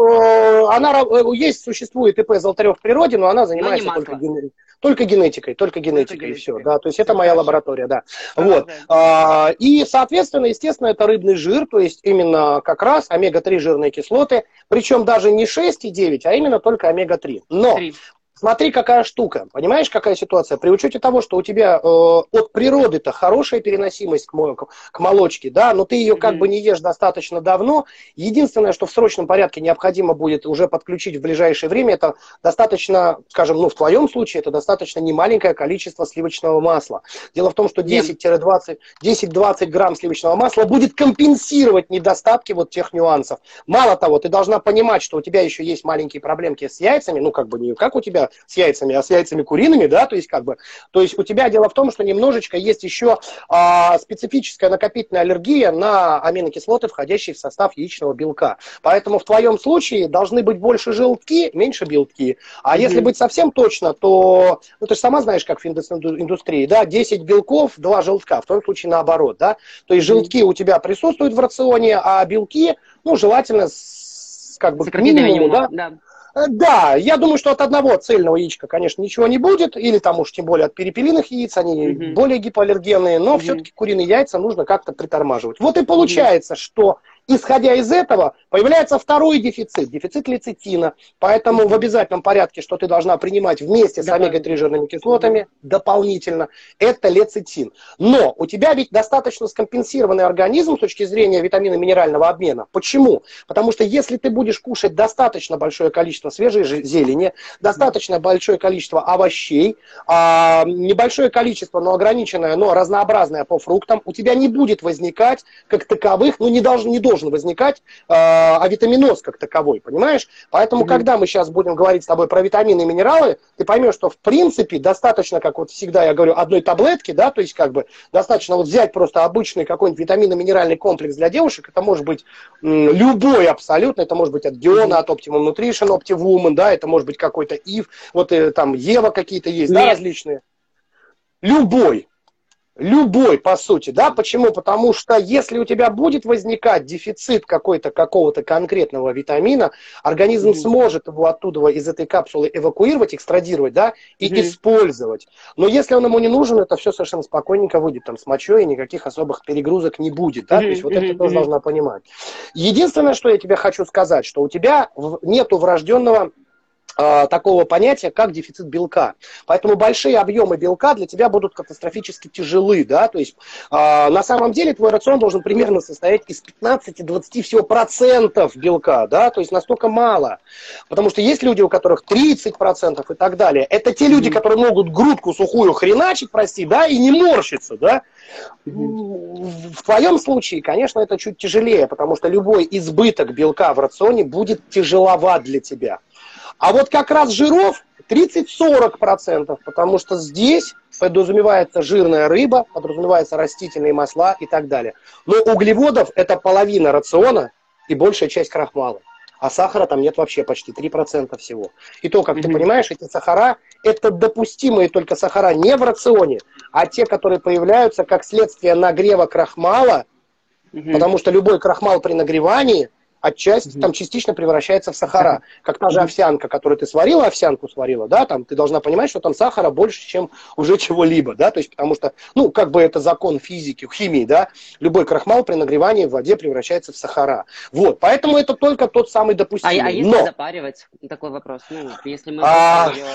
Speaker 2: она есть, существует ИП Золотарев в природе, но она занимается но только, ген... только генетикой, только генетикой, только и все, да, то есть это моя лаборатория, да. Вот. А, и, соответственно, естественно, это рыбный жир, то есть именно как раз омега три жирные кислоты, причем даже не шесть и девять, а именно только омега три. Но смотри, какая штука. Понимаешь, какая ситуация? При учете того, что у тебя э, от природы-то хорошая переносимость к, мо- к молочке, да, но ты ее как mm-hmm. бы не ешь достаточно давно. Единственное, что в срочном порядке необходимо будет уже подключить в ближайшее время, это достаточно, скажем, ну в твоем случае, это достаточно немаленькое количество сливочного масла. Дело в том, что десять-двадцать грамм сливочного масла будет компенсировать недостатки вот тех нюансов. Мало того, ты должна понимать, что у тебя еще есть маленькие проблемки с яйцами, ну как бы не как у тебя с яйцами, а с яйцами куриными, да, то есть как бы, то есть у тебя дело в том, что немножечко есть еще а, специфическая накопительная аллергия на аминокислоты, входящие в состав яичного белка. Поэтому в твоем случае должны быть больше желтки, меньше белки. А mm-hmm. если быть совсем точно, то, ну ты же сама знаешь, как в индустрии, да, десять белков, два желтка, в том случае наоборот, да, то есть желтки mm-hmm. у тебя присутствуют в рационе, а белки, ну, желательно с, как бы к минимуму, да. да. Да, я думаю, что от одного цельного яичка, конечно, ничего не будет, или там уж тем более от перепелиных яиц, они mm-hmm. более гипоаллергенные, но mm-hmm. все-таки куриные яйца нужно как-то притормаживать. Вот и получается, mm-hmm. что исходя из этого появляется второй дефицит, дефицит лецитина, поэтому mm-hmm. в обязательном порядке, что ты должна принимать вместе с омега три жирными кислотами mm-hmm. дополнительно, это лецитин. Но у тебя ведь достаточно скомпенсированный организм с точки зрения витаминно-минерального обмена. Почему? Потому что если ты будешь кушать достаточно большое количество свежей зелени, достаточно большое количество овощей, а, небольшое количество, но ограниченное, но разнообразное по фруктам, у тебя не будет возникать как таковых, ну не должен, не должен должен возникать э, авитаминоз как таковой, понимаешь? Поэтому, mm-hmm. когда мы сейчас будем говорить с тобой про витамины и минералы, ты поймешь, что в принципе достаточно, как вот всегда я говорю, одной таблетки, да, то есть как бы достаточно вот взять просто обычный какой-нибудь витаминно-минеральный комплекс для девушек, это может быть м, любой абсолютно, это может быть от Диона, от Optimum Nutrition, Optiwoman, да, это может быть какой-то Ив, вот и, там Ева какие-то есть, да, различные. Любой. Любой, по сути, да, почему? Потому что если у тебя будет возникать дефицит какой-то, какого-то конкретного витамина, организм mm-hmm. сможет его оттуда, из этой капсулы эвакуировать, экстрадировать, да, и mm-hmm. использовать. Но если он ему не нужен, это все совершенно спокойненько выйдет там с мочой, и никаких особых перегрузок не будет, да, mm-hmm. то есть вот mm-hmm. это тоже mm-hmm. должна понимать. Единственное, что я тебе хочу сказать, что у тебя нету врожденного такого понятия, как дефицит белка. Поэтому большие объемы белка для тебя будут катастрофически тяжелы, да, то есть э, на самом деле твой рацион должен примерно состоять из пятнадцати-двадцати всего процентов белка, да, то есть настолько мало. Потому что есть люди, у которых тридцать процентов и так далее. Это те люди, которые могут грудку сухую хреначить, прости, да, и не морщиться, да. В твоем случае, конечно, это чуть тяжелее, потому что любой избыток белка в рационе будет тяжеловат для тебя. А вот как раз жиров тридцать-сорок процентов, потому что здесь подразумевается жирная рыба, подразумеваются растительные масла и так далее. Но углеводов это половина рациона и большая часть крахмала. А сахара там нет вообще, почти три процента всего. И то, как mm-hmm. ты понимаешь, эти сахара, это допустимые только сахара не в рационе, а те, которые появляются как следствие нагрева крахмала, mm-hmm. потому что любой крахмал при нагревании отчасти, mm-hmm. там частично превращается в сахара. Как та же овсянка, которую ты сварила, овсянку сварила, да, там ты должна понимать, что там сахара больше, чем уже чего-либо, да, то есть потому что, ну, как бы это закон физики, химии, да, любой крахмал при нагревании в воде превращается в сахара. Вот, поэтому это только тот самый допустимый.
Speaker 1: А, а если
Speaker 2: Но...
Speaker 1: запаривать, такой вопрос, ну, если мы
Speaker 2: а...
Speaker 1: ее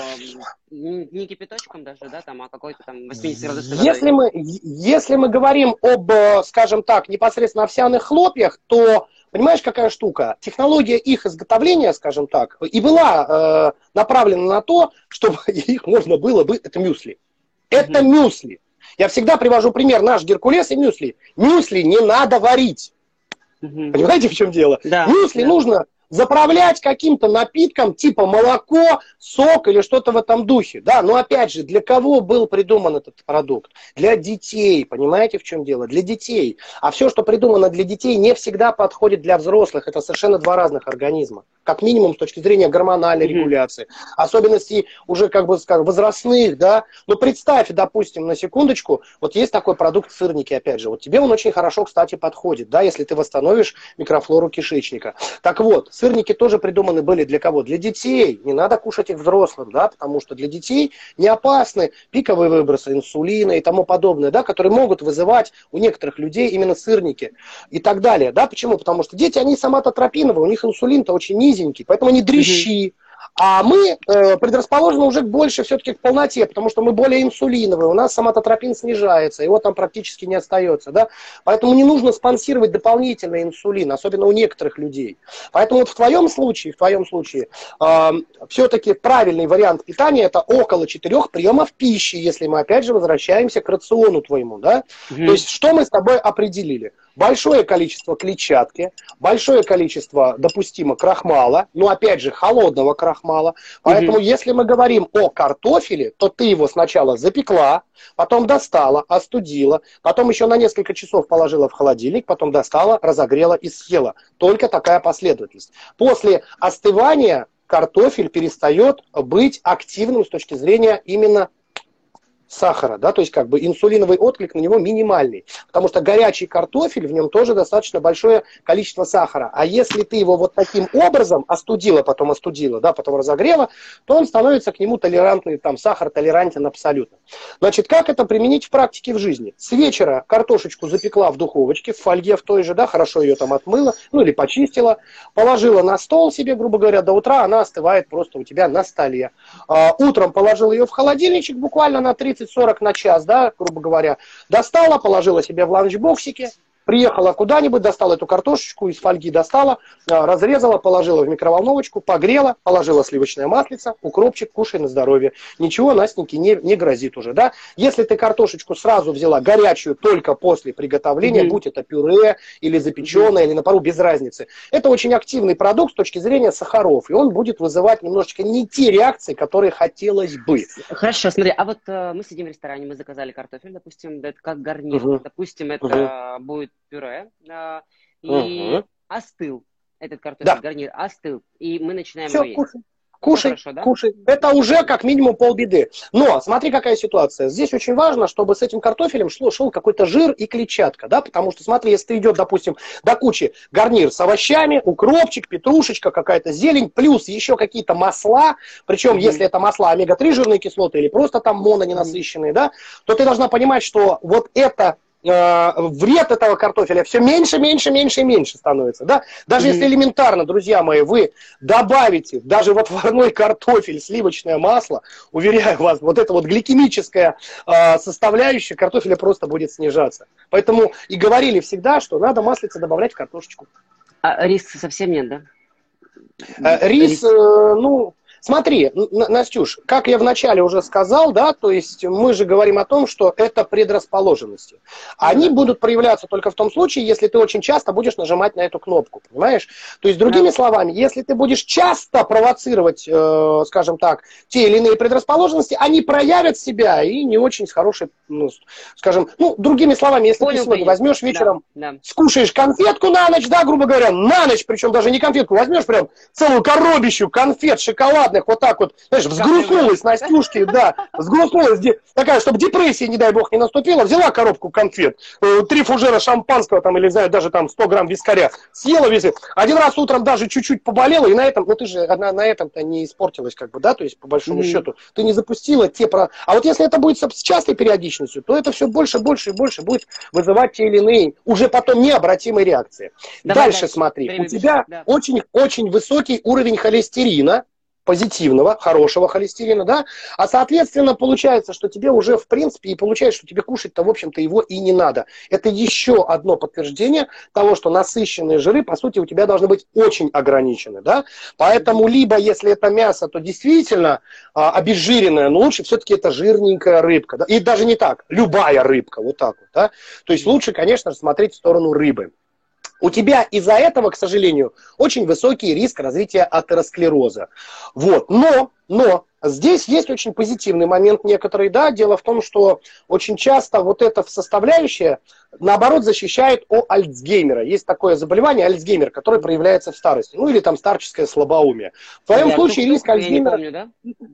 Speaker 1: не кипяточком даже, да, там, а какой-то там восьмидесятиградусной
Speaker 2: если мы, если мы говорим об, скажем так, непосредственно овсяных хлопьях, то понимаешь, какая штука? Технология их изготовления, скажем так, и была э, направлена на то, чтобы их можно было бы... Это мюсли. Это mm-hmm. мюсли. Я всегда привожу пример. Наш Геркулес и мюсли. Мюсли не надо варить. Mm-hmm. Понимаете, в чем дело? Да, мюсли да. нужно заправлять каким-то напитком, типа молоко, сок или что-то в этом духе. Да, но опять же, для кого был придуман этот продукт? Для детей, понимаете, в чем дело? Для детей. А все, что придумано для детей, не всегда подходит для взрослых. Это совершенно два разных организма. Как минимум с точки зрения гормональной mm-hmm. регуляции. Особенностей уже как бы скажем, возрастных, да. Но представь, допустим, на секундочку, вот есть такой продукт сырники, опять же. Вот тебе он очень хорошо, кстати, подходит, да, если ты восстановишь микрофлору кишечника. Так вот, сырники тоже придуманы были для кого? Для детей. Не надо кушать их взрослым, да, потому что для детей не опасны пиковые выбросы инсулина и тому подобное, да, которые могут вызывать у некоторых людей именно сырники и так далее, да. Почему? Потому что дети, они соматотропиновые, у них инсулин-то очень низенький, поэтому они дрищи. А мы э, предрасположены уже больше все-таки к полноте, потому что мы более инсулиновые, у нас соматотропин снижается, его там практически не остается, да? Поэтому не нужно спонсировать дополнительный инсулин, особенно у некоторых людей. Поэтому вот в твоем случае, в твоем случае э, все-таки правильный вариант питания это около четырех приемов пищи, если мы опять же возвращаемся к рациону твоему, да? Mm-hmm. То есть что мы с тобой определили? Большое количество клетчатки, большое количество допустимо крахмала, но опять же холодного крахмала. Поэтому, mm-hmm. если мы говорим о картофеле, то ты его сначала запекла, потом достала, остудила, потом еще на несколько часов положила в холодильник, потом достала, разогрела и съела. Только такая последовательность. После остывания картофель перестает быть активным с точки зрения именно сахара, да, то есть как бы инсулиновый отклик на него минимальный, потому что горячий картофель, в нем тоже достаточно большое количество сахара, а если ты его вот таким образом остудила, потом остудила, да, потом разогрела, то он становится к нему толерантный, там, сахар толерантен абсолютно. Значит, как это применить в практике в жизни? С вечера картошечку запекла в духовочке, в фольге в той же, да, хорошо ее там отмыла, ну или почистила, положила на стол себе, грубо говоря, до утра она остывает просто у тебя на столе. А, утром положил ее в холодильничек буквально на тридцать-сорок на час, да, грубо говоря, достала, положила себе в ланчбоксике, приехала куда-нибудь, достала эту картошечку, из фольги достала, разрезала, положила в микроволновочку, погрела, положила сливочное маслице, укропчик, кушай на здоровье. Ничего, Настеньке, не, не грозит уже, да? Если ты картошечку сразу взяла горячую только после приготовления, mm-hmm. будь это пюре или запеченное, mm-hmm. или на пару, без разницы, это очень активный продукт с точки зрения сахаров, и он будет вызывать немножечко не те реакции, которые хотелось бы.
Speaker 1: Хорошо, смотри, а вот э, мы сидим в ресторане, мы заказали картофель, допустим, это как гарнир, uh-huh. допустим, это uh-huh. будет пюре, э, и uh-huh. остыл этот картофель, да. гарнир остыл, и мы начинаем
Speaker 2: Всё,
Speaker 1: его есть.
Speaker 2: Кушай. Кушай, хорошо, да? кушай. Это уже как минимум полбеды. Но смотри, какая ситуация. Здесь очень важно, чтобы с этим картофелем шло, шел какой-то жир и клетчатка. Да? Потому что, смотри, если идет, допустим, до кучи гарнир с овощами, укропчик, петрушечка, какая-то зелень, плюс еще какие-то масла, причем, mm-hmm. если это масла омега три жирные кислоты или просто там мононенасыщенные, mm-hmm. да, то ты должна понимать, что вот это вред этого картофеля все меньше, меньше, меньше и меньше становится. Да? Даже mm-hmm. если элементарно, друзья мои, вы добавите даже в отварной картофель сливочное масло, уверяю вас, вот эта вот гликемическая э, составляющая картофеля просто будет снижаться. Поэтому и говорили всегда, что надо маслица добавлять в картошечку.
Speaker 1: А рис совсем нет, да?
Speaker 2: Э, рис, рис. Э, ну... Смотри, Настюш, как я вначале уже сказал, да, то есть мы же говорим о том, что это предрасположенности. Они да. будут проявляться только в том случае, если ты очень часто будешь нажимать на эту кнопку, понимаешь? То есть, другими да. словами, если ты будешь часто провоцировать, э, скажем так, те или иные предрасположенности, они проявят себя и не очень с хорошей, ну, скажем, ну, другими словами, если Понял, ты сегодня возьмешь вечером, да, да. скушаешь конфетку на ночь, да, грубо говоря, на ночь, причем даже не конфетку, возьмешь прям целую коробищу конфет шоколадных, вот так вот, знаешь, взгрустнулась Настюшки, да, взгрустнулась, такая, чтобы депрессия, не дай бог, не наступила, взяла коробку конфет, три фужера шампанского, там, или, не знаю, даже там сто грамм вискаря, съела весь, один раз утром даже чуть-чуть поболела, и на этом, ну, ты же на, на этом-то не испортилась, как бы, да, то есть, по большому mm-hmm. счету, ты не запустила те про... А вот если это будет с частой периодичностью, то это все больше, больше и больше будет вызывать те или иные, уже потом необратимые реакции. Давай дальше, дальше смотри, Время у тебя да. очень, очень высокий уровень холестерина, позитивного, хорошего холестерина, да, а соответственно получается, что тебе уже в принципе и получается, что тебе кушать-то в общем-то его и не надо. Это еще одно подтверждение того, что насыщенные жиры по сути у тебя должны быть очень ограничены, да, поэтому либо если это мясо, то действительно а, обезжиренное, но лучше все-таки это жирненькая рыбка, да? И даже не так, любая рыбка, вот так вот, да, то есть лучше, конечно же, смотреть в сторону рыбы. У тебя из-за этого, к сожалению, очень высокий риск развития атеросклероза. Вот. Но, но здесь есть очень позитивный момент некоторый. Да? Дело в том, что очень часто вот эта составляющая, наоборот, защищает от Альцгеймера. Есть такое заболевание, Альцгеймер, которое проявляется в старости. Ну или там старческое слабоумие. В твоем я случае риск Альцгеймера... Помню, да,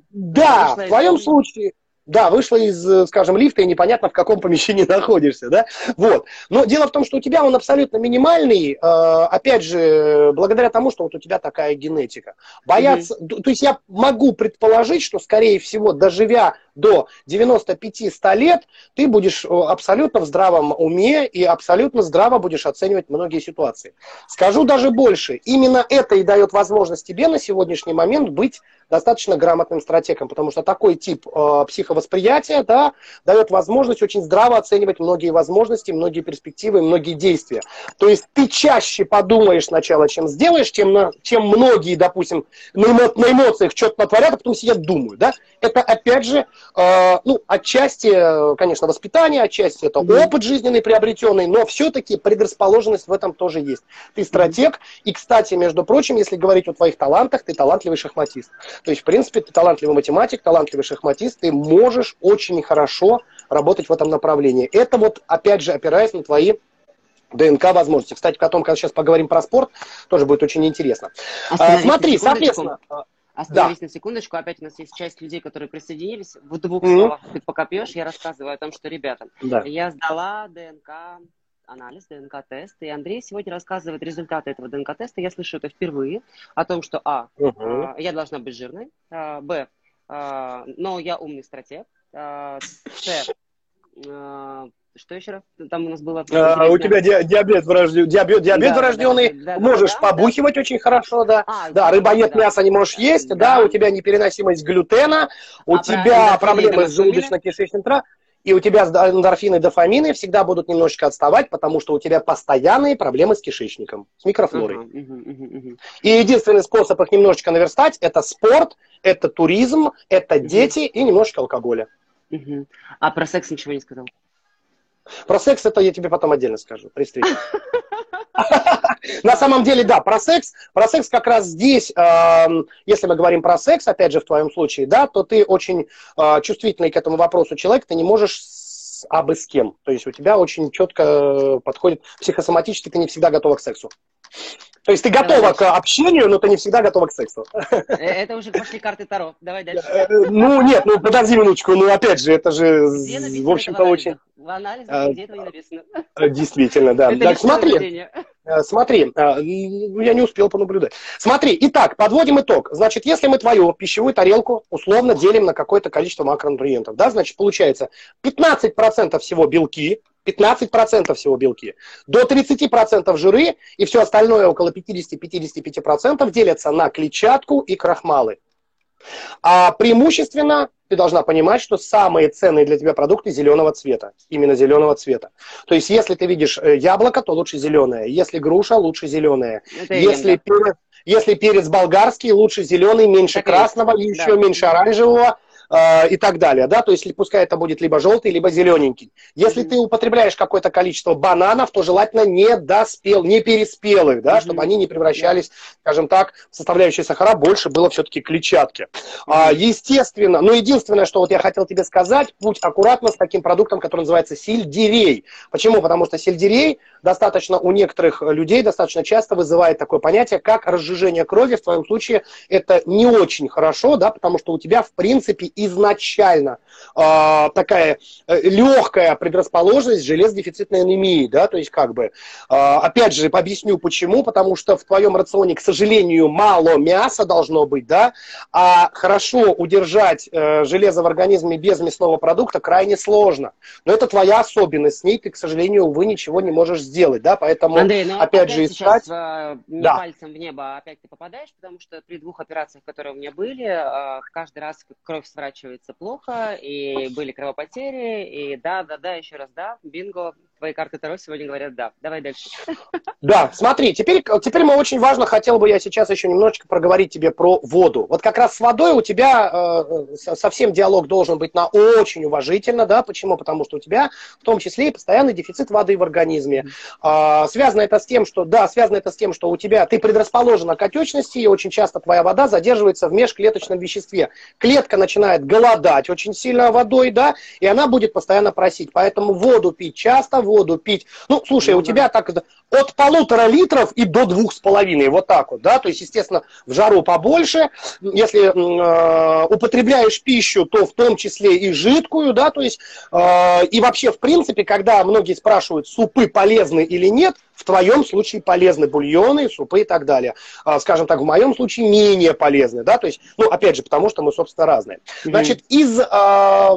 Speaker 2: да в твоем случае... Да, вышла из, скажем, лифта и непонятно, в каком помещении находишься, да, вот. Но дело в том, что у тебя он абсолютно минимальный, э, опять же, благодаря тому, что вот у тебя такая генетика. Бояться, mm-hmm. то есть я могу предположить, что, скорее всего, доживя до девяноста пяти — ста лет, ты будешь абсолютно в здравом уме и абсолютно здраво будешь оценивать многие ситуации. Скажу даже больше, именно это и дает возможность тебе на сегодняшний момент быть достаточно грамотным стратегом, потому что такой тип э, психовосприятия, да, дает возможность очень здраво оценивать многие возможности, многие перспективы, многие действия. То есть ты чаще подумаешь сначала, чем сделаешь, чем, на, чем многие, допустим, на, эмо, на эмоциях что-то натворят, а потом сидят думают. Да? Это опять же, э, ну, отчасти, конечно, воспитание, отчасти это mm-hmm. опыт жизненный приобретенный, но все-таки предрасположенность в этом тоже есть. Ты стратег, и, кстати, между прочим, если говорить о твоих талантах, ты талантливый шахматист. То есть, в принципе, ты талантливый математик, талантливый шахматист, ты можешь очень хорошо работать в этом направлении. Это вот, опять же, опираясь на твои ДНК возможности. Кстати, потом, когда сейчас поговорим про спорт, тоже будет очень интересно. А, смотри, соответственно...
Speaker 1: Остановись да. на секундочку. Опять у нас есть часть людей, которые присоединились. В двух mm-hmm. словах ты пока пьешь, я рассказываю о том, что, ребята, да. я сдала ДНК... анализ, ДНК-тест, и Андрей сегодня рассказывает результаты этого ДНК-теста. Я слышу это впервые, о том, что а, uh-huh. я должна быть жирной, а, б, а, но я умный стратег, а, с, а, что еще раз? Там у нас было...
Speaker 2: А, у тебя ди- диабет врожденный, диабет, диабет да, врожденный, да, да, можешь да, побухивать да. очень хорошо, да, а, да, рыбоед, да, мясо не можешь да, есть, да. да, у тебя непереносимость глютена, у а тебя проблемы с желудочно-кишечным трактом. и у тебя эндорфины, дофамины всегда будут немножечко отставать, потому что у тебя постоянные проблемы с кишечником, с микрофлорой. Uh-huh, uh-huh, uh-huh. И единственный способ их немножечко наверстать – это спорт, это туризм, это uh-huh. дети и немножечко алкоголя.
Speaker 1: Uh-huh. А про секс ничего не сказал?
Speaker 2: Про секс это я тебе потом отдельно скажу, при встрече. На самом деле, да, про секс, про секс как раз здесь, э, если мы говорим про секс, опять же, в твоем случае, да, то ты очень э, чувствительный к этому вопросу человек, ты не можешь с, абы с кем. То есть у тебя очень четко подходит, психосоматически ты не всегда готова к сексу. То есть ты готова Давай к дальше. общению, но ты не всегда готова к сексу.
Speaker 1: Это уже пошли карты Таро. Давай дальше.
Speaker 2: Ну нет, ну подожди минуточку, ну опять же, это же, в общем-то, очень...
Speaker 1: В анализах где этого не написано.
Speaker 2: Действительно, да. Так, смотри, смотри, я не успел понаблюдать. Смотри, итак, подводим итог. Значит, если мы твою пищевую тарелку условно делим на какое-то количество макронутриентов, да, значит, получается пятнадцать процентов всего белки, пятнадцать процентов всего белки, до тридцать процентов жиры, и все остальное, около пятьдесят-пятьдесят пять процентов, делятся на клетчатку и крахмалы. А преимущественно ты должна понимать, что самые ценные для тебя продукты зеленого цвета. Именно зеленого цвета. То есть, если ты видишь яблоко, то лучше зеленое. Если груша, лучше зеленое. Если перец, если перец болгарский, лучше зеленый, меньше так красного, и еще да. меньше оранжевого. И так далее, да, то есть пускай это будет либо желтый, либо зелененький. Если mm-hmm. ты употребляешь какое-то количество бананов, то желательно не доспел, не переспелых, да, mm-hmm. чтобы они не превращались, скажем так, в составляющие сахара, больше было все-таки клетчатки. Mm-hmm. А, естественно, но единственное, что вот я хотел тебе сказать, будь аккуратно с таким продуктом, который называется сельдерей. Почему? Потому что сельдерей достаточно у некоторых людей достаточно часто вызывает такое понятие, как разжижение крови. В твоем случае это не очень хорошо, да, потому что у тебя, в принципе, изначально э, такая э, легкая предрасположенность железодефицитной анемии, да, то есть как бы, э, опять же, объясню почему, потому что в твоем рационе, к сожалению, мало мяса должно быть, да, а хорошо удержать э, железо в организме без мясного продукта крайне сложно, но это твоя особенность, с ней ты, к сожалению, увы, ничего не можешь сделать, да, поэтому,
Speaker 1: Андрей, ну,
Speaker 2: опять,
Speaker 1: опять
Speaker 2: же, искать...
Speaker 1: сейчас не
Speaker 2: да.
Speaker 1: пальцем в небо, опять ты попадаешь, потому что при двух операциях, которые у меня были, э, каждый раз кровь сворачивается плохо, и были кровопотери, и да, да, да, еще раз да, бинго, твои карты Таро сегодня говорят да. Давай дальше.
Speaker 2: Да, смотри, теперь, теперь мы очень важно, хотел бы я сейчас еще немножечко проговорить тебе про воду. Вот как раз с водой у тебя э, совсем диалог должен быть на очень уважительно, да, почему? Потому что у тебя в том числе и постоянный дефицит воды в организме. Э, связано это с тем, что, да, связано это с тем, что у тебя, ты предрасположена к отечности, и очень часто твоя вода задерживается в межклеточном веществе. Клетка начинает голодать очень сильно водой, да, и она будет постоянно просить. Поэтому воду пить часто, воду пить. Ну, слушай, ну, у да. тебя так от полутора литров и до двух с половиной, вот так вот, да, то есть, естественно, в жару побольше. Если э, употребляешь пищу, то в том числе и жидкую, да, то есть, э, и вообще, в принципе, когда многие спрашивают, супы полезны или нет, в твоем случае полезны бульоны, супы и так далее. А, скажем так, в моем случае менее полезны, да, то есть, ну, опять же, потому что мы, собственно, разные. Mm-hmm. Значит, из а,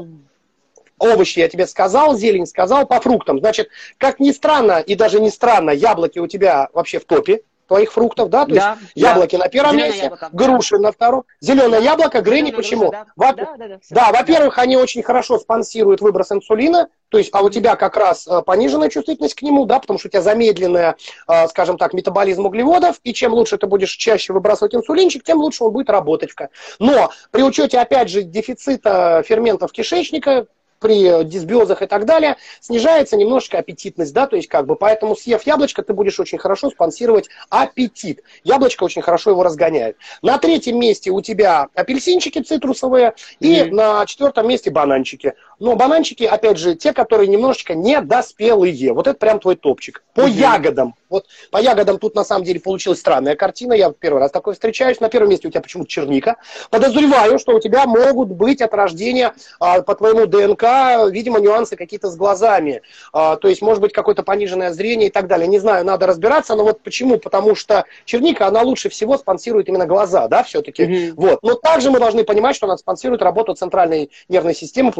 Speaker 2: овощей я тебе сказал, зелень сказал, по фруктам. Значит, как ни странно, и даже не странно, яблоки у тебя вообще в топе твоих фруктов, да, то да, есть да. яблоки на первом Зеленое месте, яблоко. груши на втором, зеленое да. яблоко, грени, почему? Груша, да, Во... да, да, да, да во-первых, да. они очень хорошо спонсируют выброс инсулина, то есть, а у тебя как раз пониженная чувствительность к нему, да, потому что у тебя замедленная, скажем так, метаболизм углеводов, и чем лучше ты будешь чаще выбрасывать инсулинчик, тем лучше он будет работать. Но при учете, опять же, дефицита ферментов кишечника, при дисбиозах и так далее, снижается немножко аппетитность, да, то есть как бы, поэтому съев яблочко, ты будешь очень хорошо спонсировать аппетит. Яблочко очень хорошо его разгоняет. На третьем месте у тебя апельсинчики цитрусовые, и mm-hmm. на четвертом месте бананчики. Но бананчики, опять же, те, которые немножечко недоспелые. Вот это прям твой топчик. По mm-hmm. ягодам. Вот по ягодам тут на самом деле получилась странная картина. Я первый раз такой встречаюсь. На первом месте у тебя почему-то черника. Подозреваю, что у тебя могут быть от рождения а, по твоему ДНК, видимо, нюансы какие-то с глазами. А, то есть, может быть, какое-то пониженное зрение и так далее. Не знаю, надо разбираться. Но вот почему? Потому что черника, она лучше всего спонсирует именно глаза, да, все-таки. Mm-hmm. Вот. Но также мы должны понимать, что она спонсирует работу центральной нервной системы, потому что глаза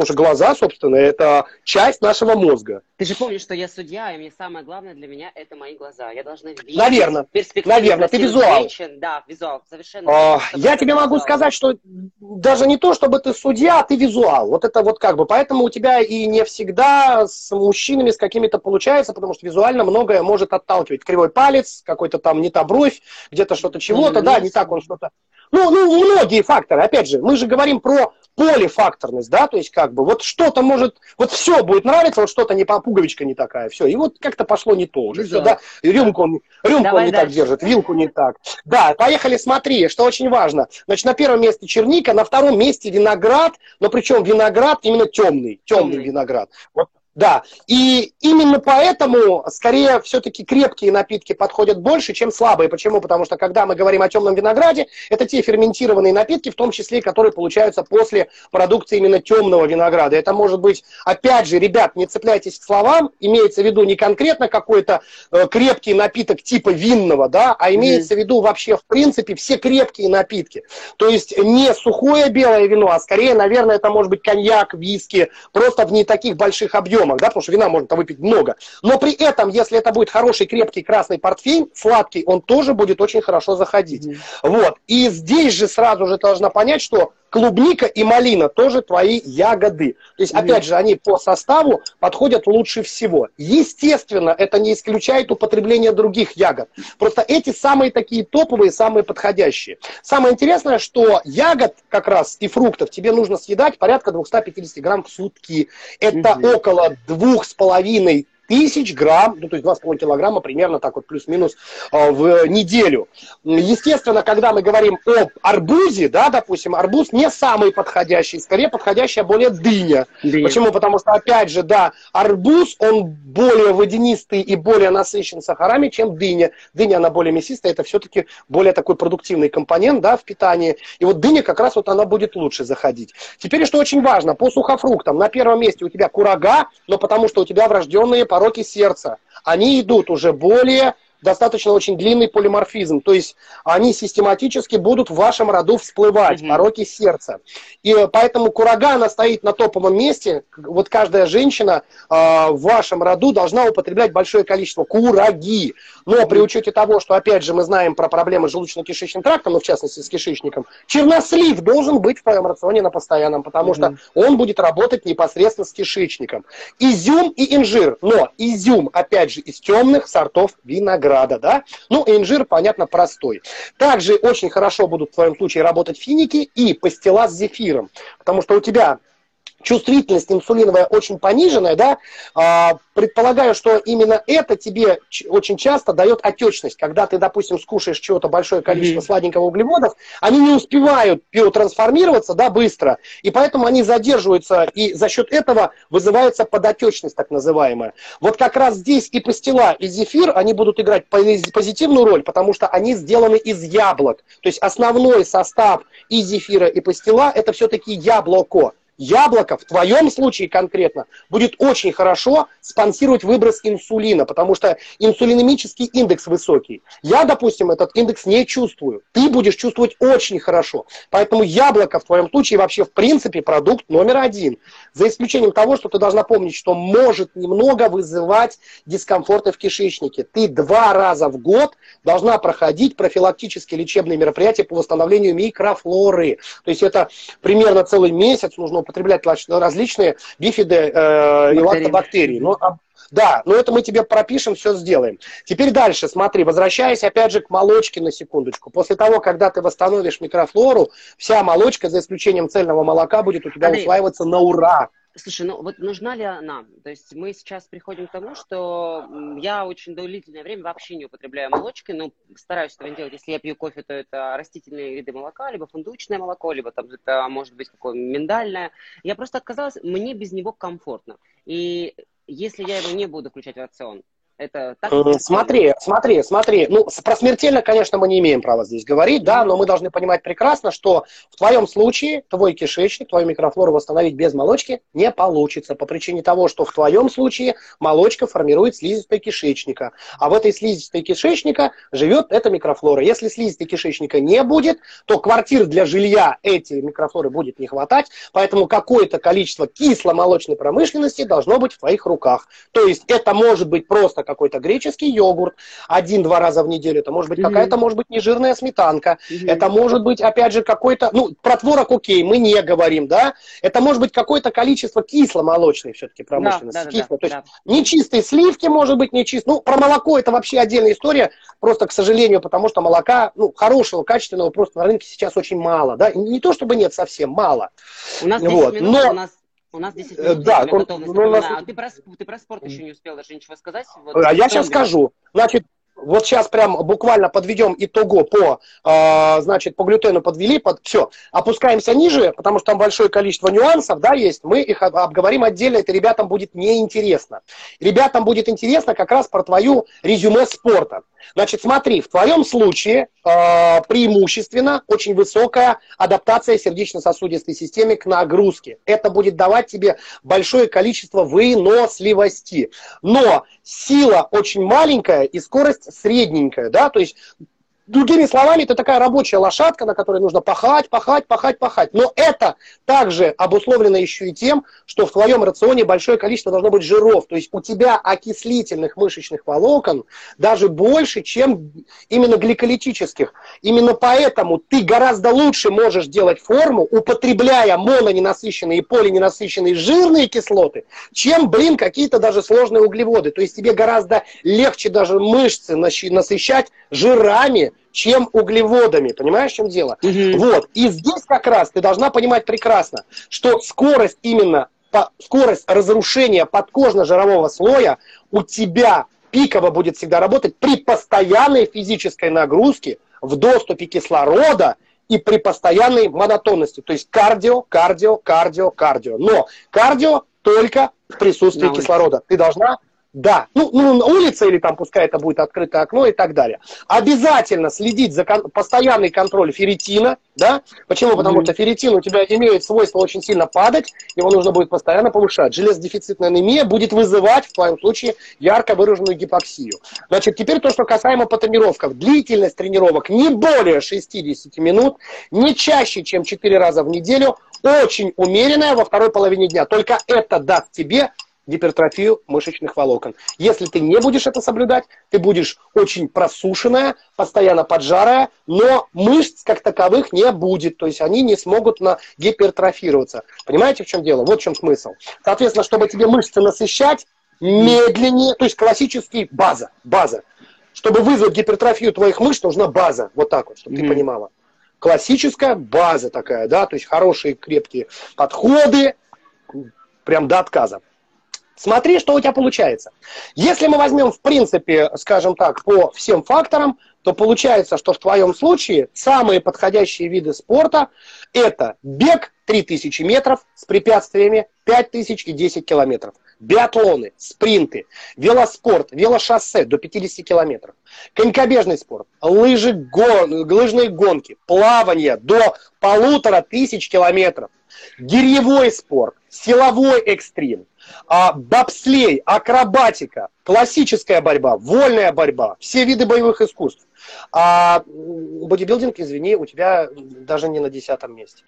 Speaker 2: да, собственно, это часть нашего мозга.
Speaker 1: Ты же помнишь, что я судья, и мне самое главное для меня это мои глаза. Я должна видеть
Speaker 2: Наверно,
Speaker 1: перспективу
Speaker 2: наверно, ты визуал.
Speaker 1: женщин. Да, визуал, совершенно.
Speaker 2: А, я тебе могу
Speaker 1: визуал.
Speaker 2: сказать, что даже не то, чтобы ты судья, а ты визуал. Вот это вот как бы. Поэтому у тебя и не всегда с мужчинами с какими-то получается, потому что визуально многое может отталкивать. Кривой палец, какой-то там не та бровь, где-то что-то чего-то, да, не так он что-то. Ну, ну, многие факторы. Опять же, мы же говорим про полифакторность, да, то есть как бы вот что-то может, вот все будет нравиться, вот что-то не по пуговичка не такая, все, и вот как-то пошло не то уже, все, да, рюмку он, рюмку он не так держит, вилку не так. Да, поехали, смотри, что очень важно. Значит, на первом месте черника, на втором месте виноград, но причем виноград именно темный, темный, темный. виноград. Вот. Да, и именно поэтому, скорее, все-таки крепкие напитки подходят больше, чем слабые. Почему? Потому что, когда мы говорим о темном винограде, это те ферментированные напитки, в том числе, которые получаются после продукции именно темного винограда. Это может быть, опять же, ребят, не цепляйтесь к словам, имеется в виду не конкретно какой-то э, крепкий напиток типа винного, да, а имеется mm-hmm. в виду вообще, в принципе, все крепкие напитки. То есть не сухое белое вино, а скорее, наверное, это может быть коньяк, виски, просто в не таких больших объемах. Да, потому что вина можно там выпить много. Но при этом, если это будет хороший, крепкий красный портвейн, сладкий, он тоже будет очень хорошо заходить. Mm-hmm. Вот. И здесь же сразу же должна понять, что клубника и малина тоже твои ягоды. То есть, mm-hmm. опять же, они по составу подходят лучше всего. Естественно, это не исключает употребление других ягод. Просто эти самые такие топовые, самые подходящие. Самое интересное, что ягод как раз и фруктов тебе нужно съедать порядка двести пятьдесят грамм в сутки. Это mm-hmm. около двух с половиной тысяч грамм, ну, то есть два с половиной килограмма примерно так вот плюс-минус э, в неделю. Естественно, когда мы говорим об арбузе, да, допустим, арбуз не самый подходящий, скорее подходящая более дыня. дыня. Почему? Потому что, опять же, да, арбуз, он более водянистый и более насыщен сахарами, чем дыня. Дыня, она более мясистая, это все-таки более такой продуктивный компонент, да, в питании. И вот дыня как раз вот она будет лучше заходить. Теперь, что очень важно, по сухофруктам, на первом месте у тебя курага, но потому что у тебя врожденные пороки сердца. Они идут уже более достаточно очень длинный полиморфизм. То есть они систематически будут в вашем роду всплывать, mm-hmm. пороки сердца. И поэтому курага, она стоит на топовом месте. Вот каждая женщина э, в вашем роду должна употреблять большое количество кураги. Но mm-hmm. при учете того, что, опять же, мы знаем про проблемы с желудочно-кишечным трактом, ну, в частности, с кишечником, чернослив должен быть в твоем рационе на постоянном, потому mm-hmm. что он будет работать непосредственно с кишечником. Изюм и инжир. Но изюм, опять же, из темных сортов винограда. Да? Ну, инжир, понятно, простой. Также очень хорошо будут в твоем случае работать финики и пастила с зефиром, потому что у тебя чувствительность инсулиновая очень пониженная, да, а, предполагаю, что именно это тебе очень часто дает отечность, когда ты, допустим, скушаешь чего-то большое количество mm-hmm. сладенького углеводов, они не успевают биотрансформироваться, да, быстро, и поэтому они задерживаются, и за счет этого вызывается подотечность, так называемая. Вот как раз здесь и пастила, и зефир, они будут играть позитивную роль, потому что они сделаны из яблок, то есть основной состав и зефира, и пастила это все-таки яблоко. Яблоко, в твоем случае конкретно, будет очень хорошо спонсировать выброс инсулина, потому что инсулинемический индекс высокий. Я, допустим, этот индекс не чувствую. Ты будешь чувствовать очень хорошо. Поэтому яблоко в твоем случае вообще в принципе продукт номер один. За исключением того, что ты должна помнить, что может немного вызывать дискомфорты в кишечнике. Ты два раза в год должна проходить профилактические лечебные мероприятия по восстановлению микрофлоры. То есть это примерно целый месяц нужно употреблять различные бифиды э, и лактобактерии. Но, да, но это мы тебе пропишем, все сделаем. Теперь дальше, смотри, возвращаясь опять же к молочке на секундочку. После того, когда ты восстановишь микрофлору, вся молочка, за исключением цельного молока, будет у тебя Андрей, усваиваться на ура.
Speaker 1: Слушай, ну вот нужна ли она? То есть мы сейчас приходим к тому, что я очень длительное время вообще не употребляю молочки, но стараюсь этого не делать. Если я пью кофе, то это растительные виды молока, либо фундучное молоко, либо там это может быть такое миндальное. Я просто отказалась, мне без него комфортно. И если я его не буду включать в рацион, Это так?
Speaker 2: Смотри, смотри, смотри. Ну, про смертельно, конечно, мы не имеем права здесь говорить, да, но мы должны понимать прекрасно, что в твоем случае твой кишечник, твою микрофлору восстановить без молочки не получится по причине того, что в твоем случае молочка формирует слизистую кишечника, а в этой слизистой кишечника живет эта микрофлора. Если слизистой кишечника не будет, то квартир для жилья этой микрофлоры будет не хватать, поэтому какое-то количество кисломолочной промышленности должно быть в твоих руках. То есть это может быть просто какой-то греческий йогурт один-два раза в неделю, это может быть mm-hmm. какая-то, может быть, нежирная сметанка, mm-hmm. это может быть, опять же, какой-то, ну, про творог окей, мы не говорим, да, это может быть какое-то количество кисломолочной все-таки промышленности, да, да, кисло, да, то есть да. нечистые сливки, может быть, нечистые, ну, про молоко это вообще отдельная история, просто, к сожалению, потому что молока, ну, хорошего, качественного просто на рынке сейчас очень мало, да, не то чтобы нет совсем, мало.
Speaker 1: У нас десять вот. минут, но... у нас... У нас десять минут,
Speaker 2: да,
Speaker 1: он, готовность, ну, нас... а ты про, ты про спорт еще не успел даже ничего сказать? Вот,
Speaker 2: а я сейчас скажу. Значит, вот сейчас прям буквально подведем итого по, э, значит, по глютену подвели, под, все, опускаемся ниже, потому что там большое количество нюансов, да, есть, мы их обговорим отдельно, это ребятам будет неинтересно. Ребятам будет интересно как раз про твою резюме спорта. Значит, смотри, в твоем случае э, преимущественно очень высокая адаптация сердечно-сосудистой системы к нагрузке. Это будет давать тебе большое количество выносливости. Но сила очень маленькая и скорость средненькая, да, то есть... Другими словами, это такая рабочая лошадка, на которой нужно пахать, пахать, пахать, пахать. Но это также обусловлено еще и тем, что в твоем рационе большое количество должно быть жиров. То есть у тебя окислительных мышечных волокон даже больше, чем именно гликолитических. Именно поэтому ты гораздо лучше можешь делать форму, употребляя мононенасыщенные и полиненасыщенные жирные кислоты, чем, блин, какие-то даже сложные углеводы. То есть тебе гораздо легче даже мышцы насыщать жирами, чем углеводами. Понимаешь, в чем дело? Угу. Вот. И здесь как раз ты должна понимать прекрасно, что скорость именно, скорость разрушения подкожно-жирового слоя у тебя пиково будет всегда работать при постоянной физической нагрузке, в доступе кислорода и при постоянной монотонности. То есть кардио, кардио, кардио, кардио. Но кардио только в присутствии кислорода. Ты должна... Да, ну, ну на улице или там пускай это будет открытое окно и так далее. Обязательно следить за кон- постоянный контроль ферритина, да? Почему? Потому mm-hmm. что ферритин у тебя имеет свойство очень сильно падать, его нужно будет постоянно повышать. Железодефицитная анемия будет вызывать в твоем случае ярко выраженную гипоксию. Значит, теперь то, что касаемо по тренировкам. Длительность тренировок не более шестьдесят минут, не чаще, чем четыре раза в неделю, очень умеренная во второй половине дня. Только это даст тебе гипертрофию мышечных волокон. Если ты не будешь это соблюдать, ты будешь очень просушенная, постоянно поджарая, но мышц как таковых не будет. То есть они не смогут на гипертрофироваться. Понимаете, в чем дело? Вот в чем смысл. Соответственно, чтобы тебе мышцы насыщать медленнее, то есть классический база, база. Чтобы вызвать гипертрофию твоих мышц, нужна база. Вот так вот, чтобы mm-hmm. ты понимала. Классическая база такая, да, то есть хорошие крепкие подходы, прям до отказа. Смотри, что у тебя получается. Если мы возьмем, в принципе, скажем так, по всем факторам, то получается, что в твоем случае самые подходящие виды спорта – это бег три тысячи метров с препятствиями пять тысяч и десять километров. Биатлоны, спринты, велоспорт, велошоссе до пятидесяти километров. Конькобежный спорт, лыжи, гон, лыжные гонки, плавание до полутора тысяч километров. Гирьевой спорт, силовой экстрим. А, бобслей, акробатика, классическая борьба, вольная борьба, все виды боевых искусств. А бодибилдинг, извини, у тебя даже не на десятом месте.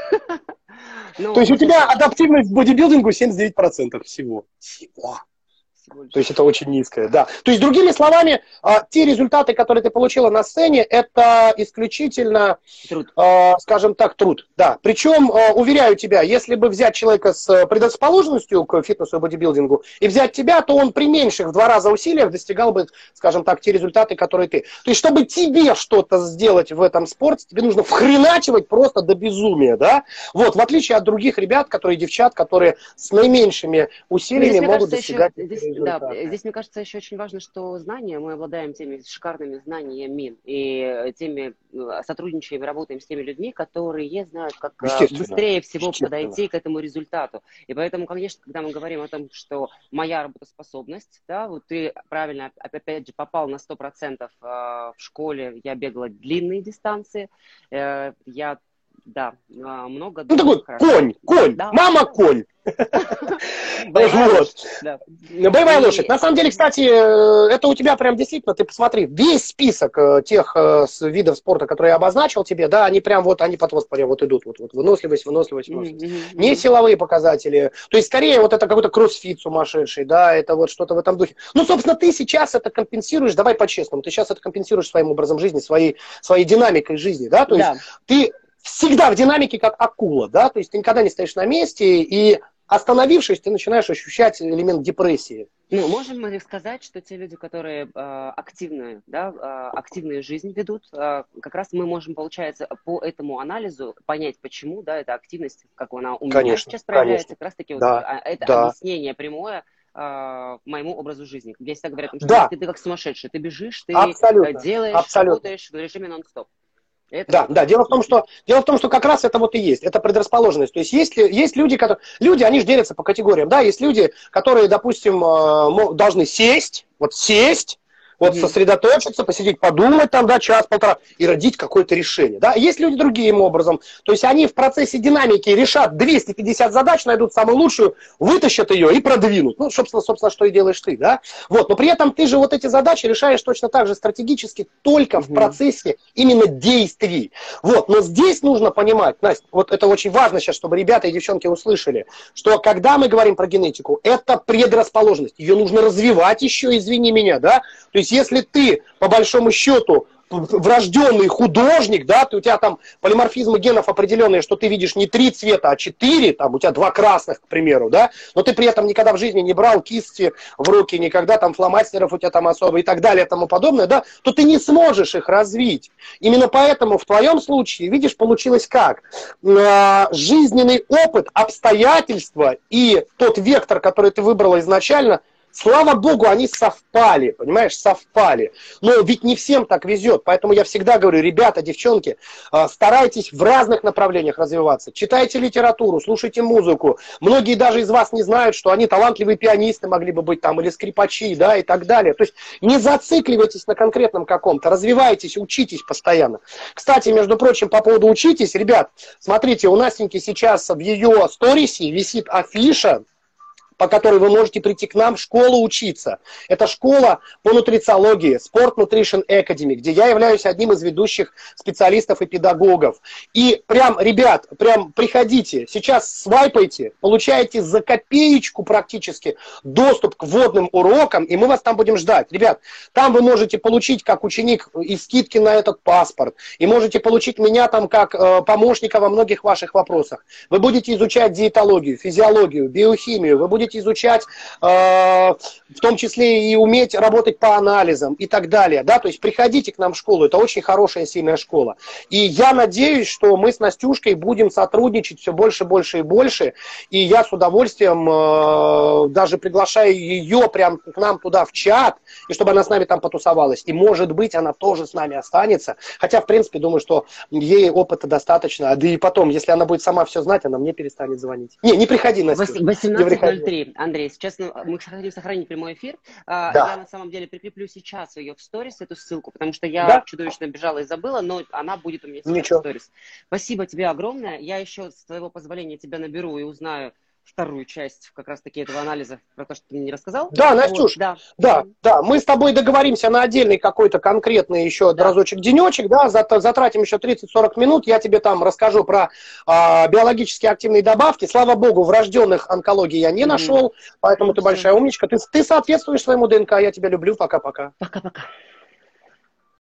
Speaker 2: То есть у тебя адаптивность к бодибилдингу семьдесят девять процентов всего. Всего. То есть это очень низкое, да. То есть, другими словами, те результаты, которые ты получила на сцене, это исключительно, труд. скажем так, труд. Да. Причем, уверяю тебя, если бы взять человека с предрасположенностью к фитнесу и бодибилдингу и взять тебя, то он при меньших в два раза усилиях достигал бы, скажем так, те результаты, которые ты. То есть, чтобы тебе что-то сделать в этом спорте, тебе нужно вхреначивать просто до безумия, да. Вот, в отличие от других ребят, которые девчат, которые с наименьшими усилиями могут кажется, достигать.
Speaker 1: Еще, здесь, Да, здесь, мне кажется, еще очень важно, что знания, мы обладаем теми шикарными знаниями и теми, сотрудничаем и работаем с теми людьми, которые знают, как быстрее всего подойти к этому результату. И поэтому, конечно, когда мы говорим о том, что моя работоспособность, да, вот ты правильно, опять же, попал на сто процентов в школе, я бегала длинные дистанции, я, да, много...
Speaker 2: Ну, такой конь, конь, да. Мама конь. Вот. Боевая лошадь. На самом деле, кстати, это у тебя прям действительно, ты посмотри, весь список тех видов спорта, которые я обозначил тебе, да, они прям вот, они под воспарем вот идут, вот, вот выносливость, выносливость, выносливость. Не силовые показатели. То есть, скорее, вот это какой-то кроссфит сумасшедший, да, это вот что-то в этом духе. Ну, собственно, ты сейчас это компенсируешь, давай по-честному, ты сейчас это компенсируешь своим образом жизни, своей, своей динамикой жизни, да, то есть ты всегда в динамике как акула, да, то есть ты никогда не стоишь на месте, и остановившись, ты начинаешь ощущать элемент депрессии.
Speaker 1: Ну, можем мы сказать, что те люди, которые э, активную, да, э, активную жизнь ведут, э, как раз мы можем, получается, по этому анализу понять, почему, да, эта активность, как она у меня конечно, сейчас проявляется, конечно. Как раз-таки да, вот, это да. объяснение прямое э, моему образу жизни. Здесь всегда говорят, что да. ты, ты как сумасшедший, ты бежишь, ты Абсолютно. делаешь, Абсолютно. работаешь в режиме нон-стоп. Это
Speaker 2: да, да. Дело в том, что дело в том, что как раз это вот и есть, это предрасположенность. То есть есть, есть люди, которые, люди, они же делятся по категориям, да, есть люди, которые, допустим, должны сесть, вот сесть, вот mm-hmm. сосредоточиться, посидеть, подумать там, да, час-полтора и родить какое-то решение, да. Есть люди другим образом, то есть они в процессе динамики решат двести пятьдесят задач, найдут самую лучшую, вытащат ее и продвинут. Ну, собственно, собственно, что и делаешь ты, да. Вот, но при этом ты же вот эти задачи решаешь точно так же стратегически только mm-hmm. в процессе именно действий. Вот, но здесь нужно понимать, Настя, вот это очень важно сейчас, чтобы ребята и девчонки услышали, что когда мы говорим про генетику, это предрасположенность, ее нужно развивать еще, извини меня, да. То есть если ты, по большому счету, врожденный художник, да, ты, у тебя там полиморфизмы генов определенные, что ты видишь не три цвета, а четыре, там у тебя два красных, к примеру, да, но ты при этом никогда в жизни не брал кисти в руки, никогда там фломастеров у тебя там особо и так далее и тому подобное, да, то ты не сможешь их развить. Именно поэтому в твоем случае, видишь, получилось как? Жизненный опыт, обстоятельства и тот вектор, который ты выбрала изначально, слава богу, они совпали, понимаешь, совпали. Но ведь не всем так везет, поэтому я всегда говорю, ребята, девчонки, старайтесь в разных направлениях развиваться. Читайте литературу, слушайте музыку. Многие даже из вас не знают, что они талантливые пианисты могли бы быть там, или скрипачи, да, и так далее. То есть не зацикливайтесь на конкретном каком-то, развивайтесь, учитесь постоянно. Кстати, между прочим, по поводу учитесь, ребят, смотрите, у Настеньки сейчас в ее сторисе висит афиша, по которой вы можете прийти к нам в школу учиться. Это школа по нутрициологии, Sport Nutrition Academy, где я являюсь одним из ведущих специалистов и педагогов. И прям, ребят, прям приходите, сейчас свайпайте, получаете за копеечку практически доступ к вводным урокам, и мы вас там будем ждать. Ребят, там вы можете получить как ученик и скидки на этот паспорт, и можете получить меня там как э, помощника во многих ваших вопросах. Вы будете изучать диетологию, физиологию, биохимию, вы будете изучать, э, в том числе и уметь работать по анализам и так далее. Да? То есть приходите к нам в школу, это очень хорошая, сильная школа. И я надеюсь, что мы с Настюшкой будем сотрудничать все больше, больше и больше. И я с удовольствием э, даже приглашаю ее прям к нам туда в чат, и чтобы она с нами там потусовалась. И может быть, она тоже с нами останется. Хотя, в принципе, думаю, что ей опыта достаточно. Да и потом, если она будет сама все знать, она мне перестанет звонить. Не, не приходи, Настюшка.
Speaker 1: восемнадцать ноль три. Андрей, сейчас мы хотим сохранить прямой эфир. Да. Я на самом деле прикреплю сейчас ее в сторис, эту ссылку, потому что я да? чудовищно бежала и забыла, но она будет у меня сейчас Ничего. в сторис. Спасибо тебе огромное. Я еще, с твоего позволения, тебя наберу и узнаю вторую часть как раз-таки этого анализа, про то, что ты мне не рассказал.
Speaker 2: Да, Настюш, вот, да. да, да, мы с тобой договоримся на отдельный какой-то конкретный еще да. разочек-денечек, да, затратим еще тридцать-сорок минут, я тебе там расскажу про а, биологически активные добавки. Слава богу, врожденных онкологий я не mm-hmm. нашел, поэтому mm-hmm. ты большая умничка. Ты, ты соответствуешь своему ДНК, я тебя люблю, пока-пока.
Speaker 1: Пока-пока.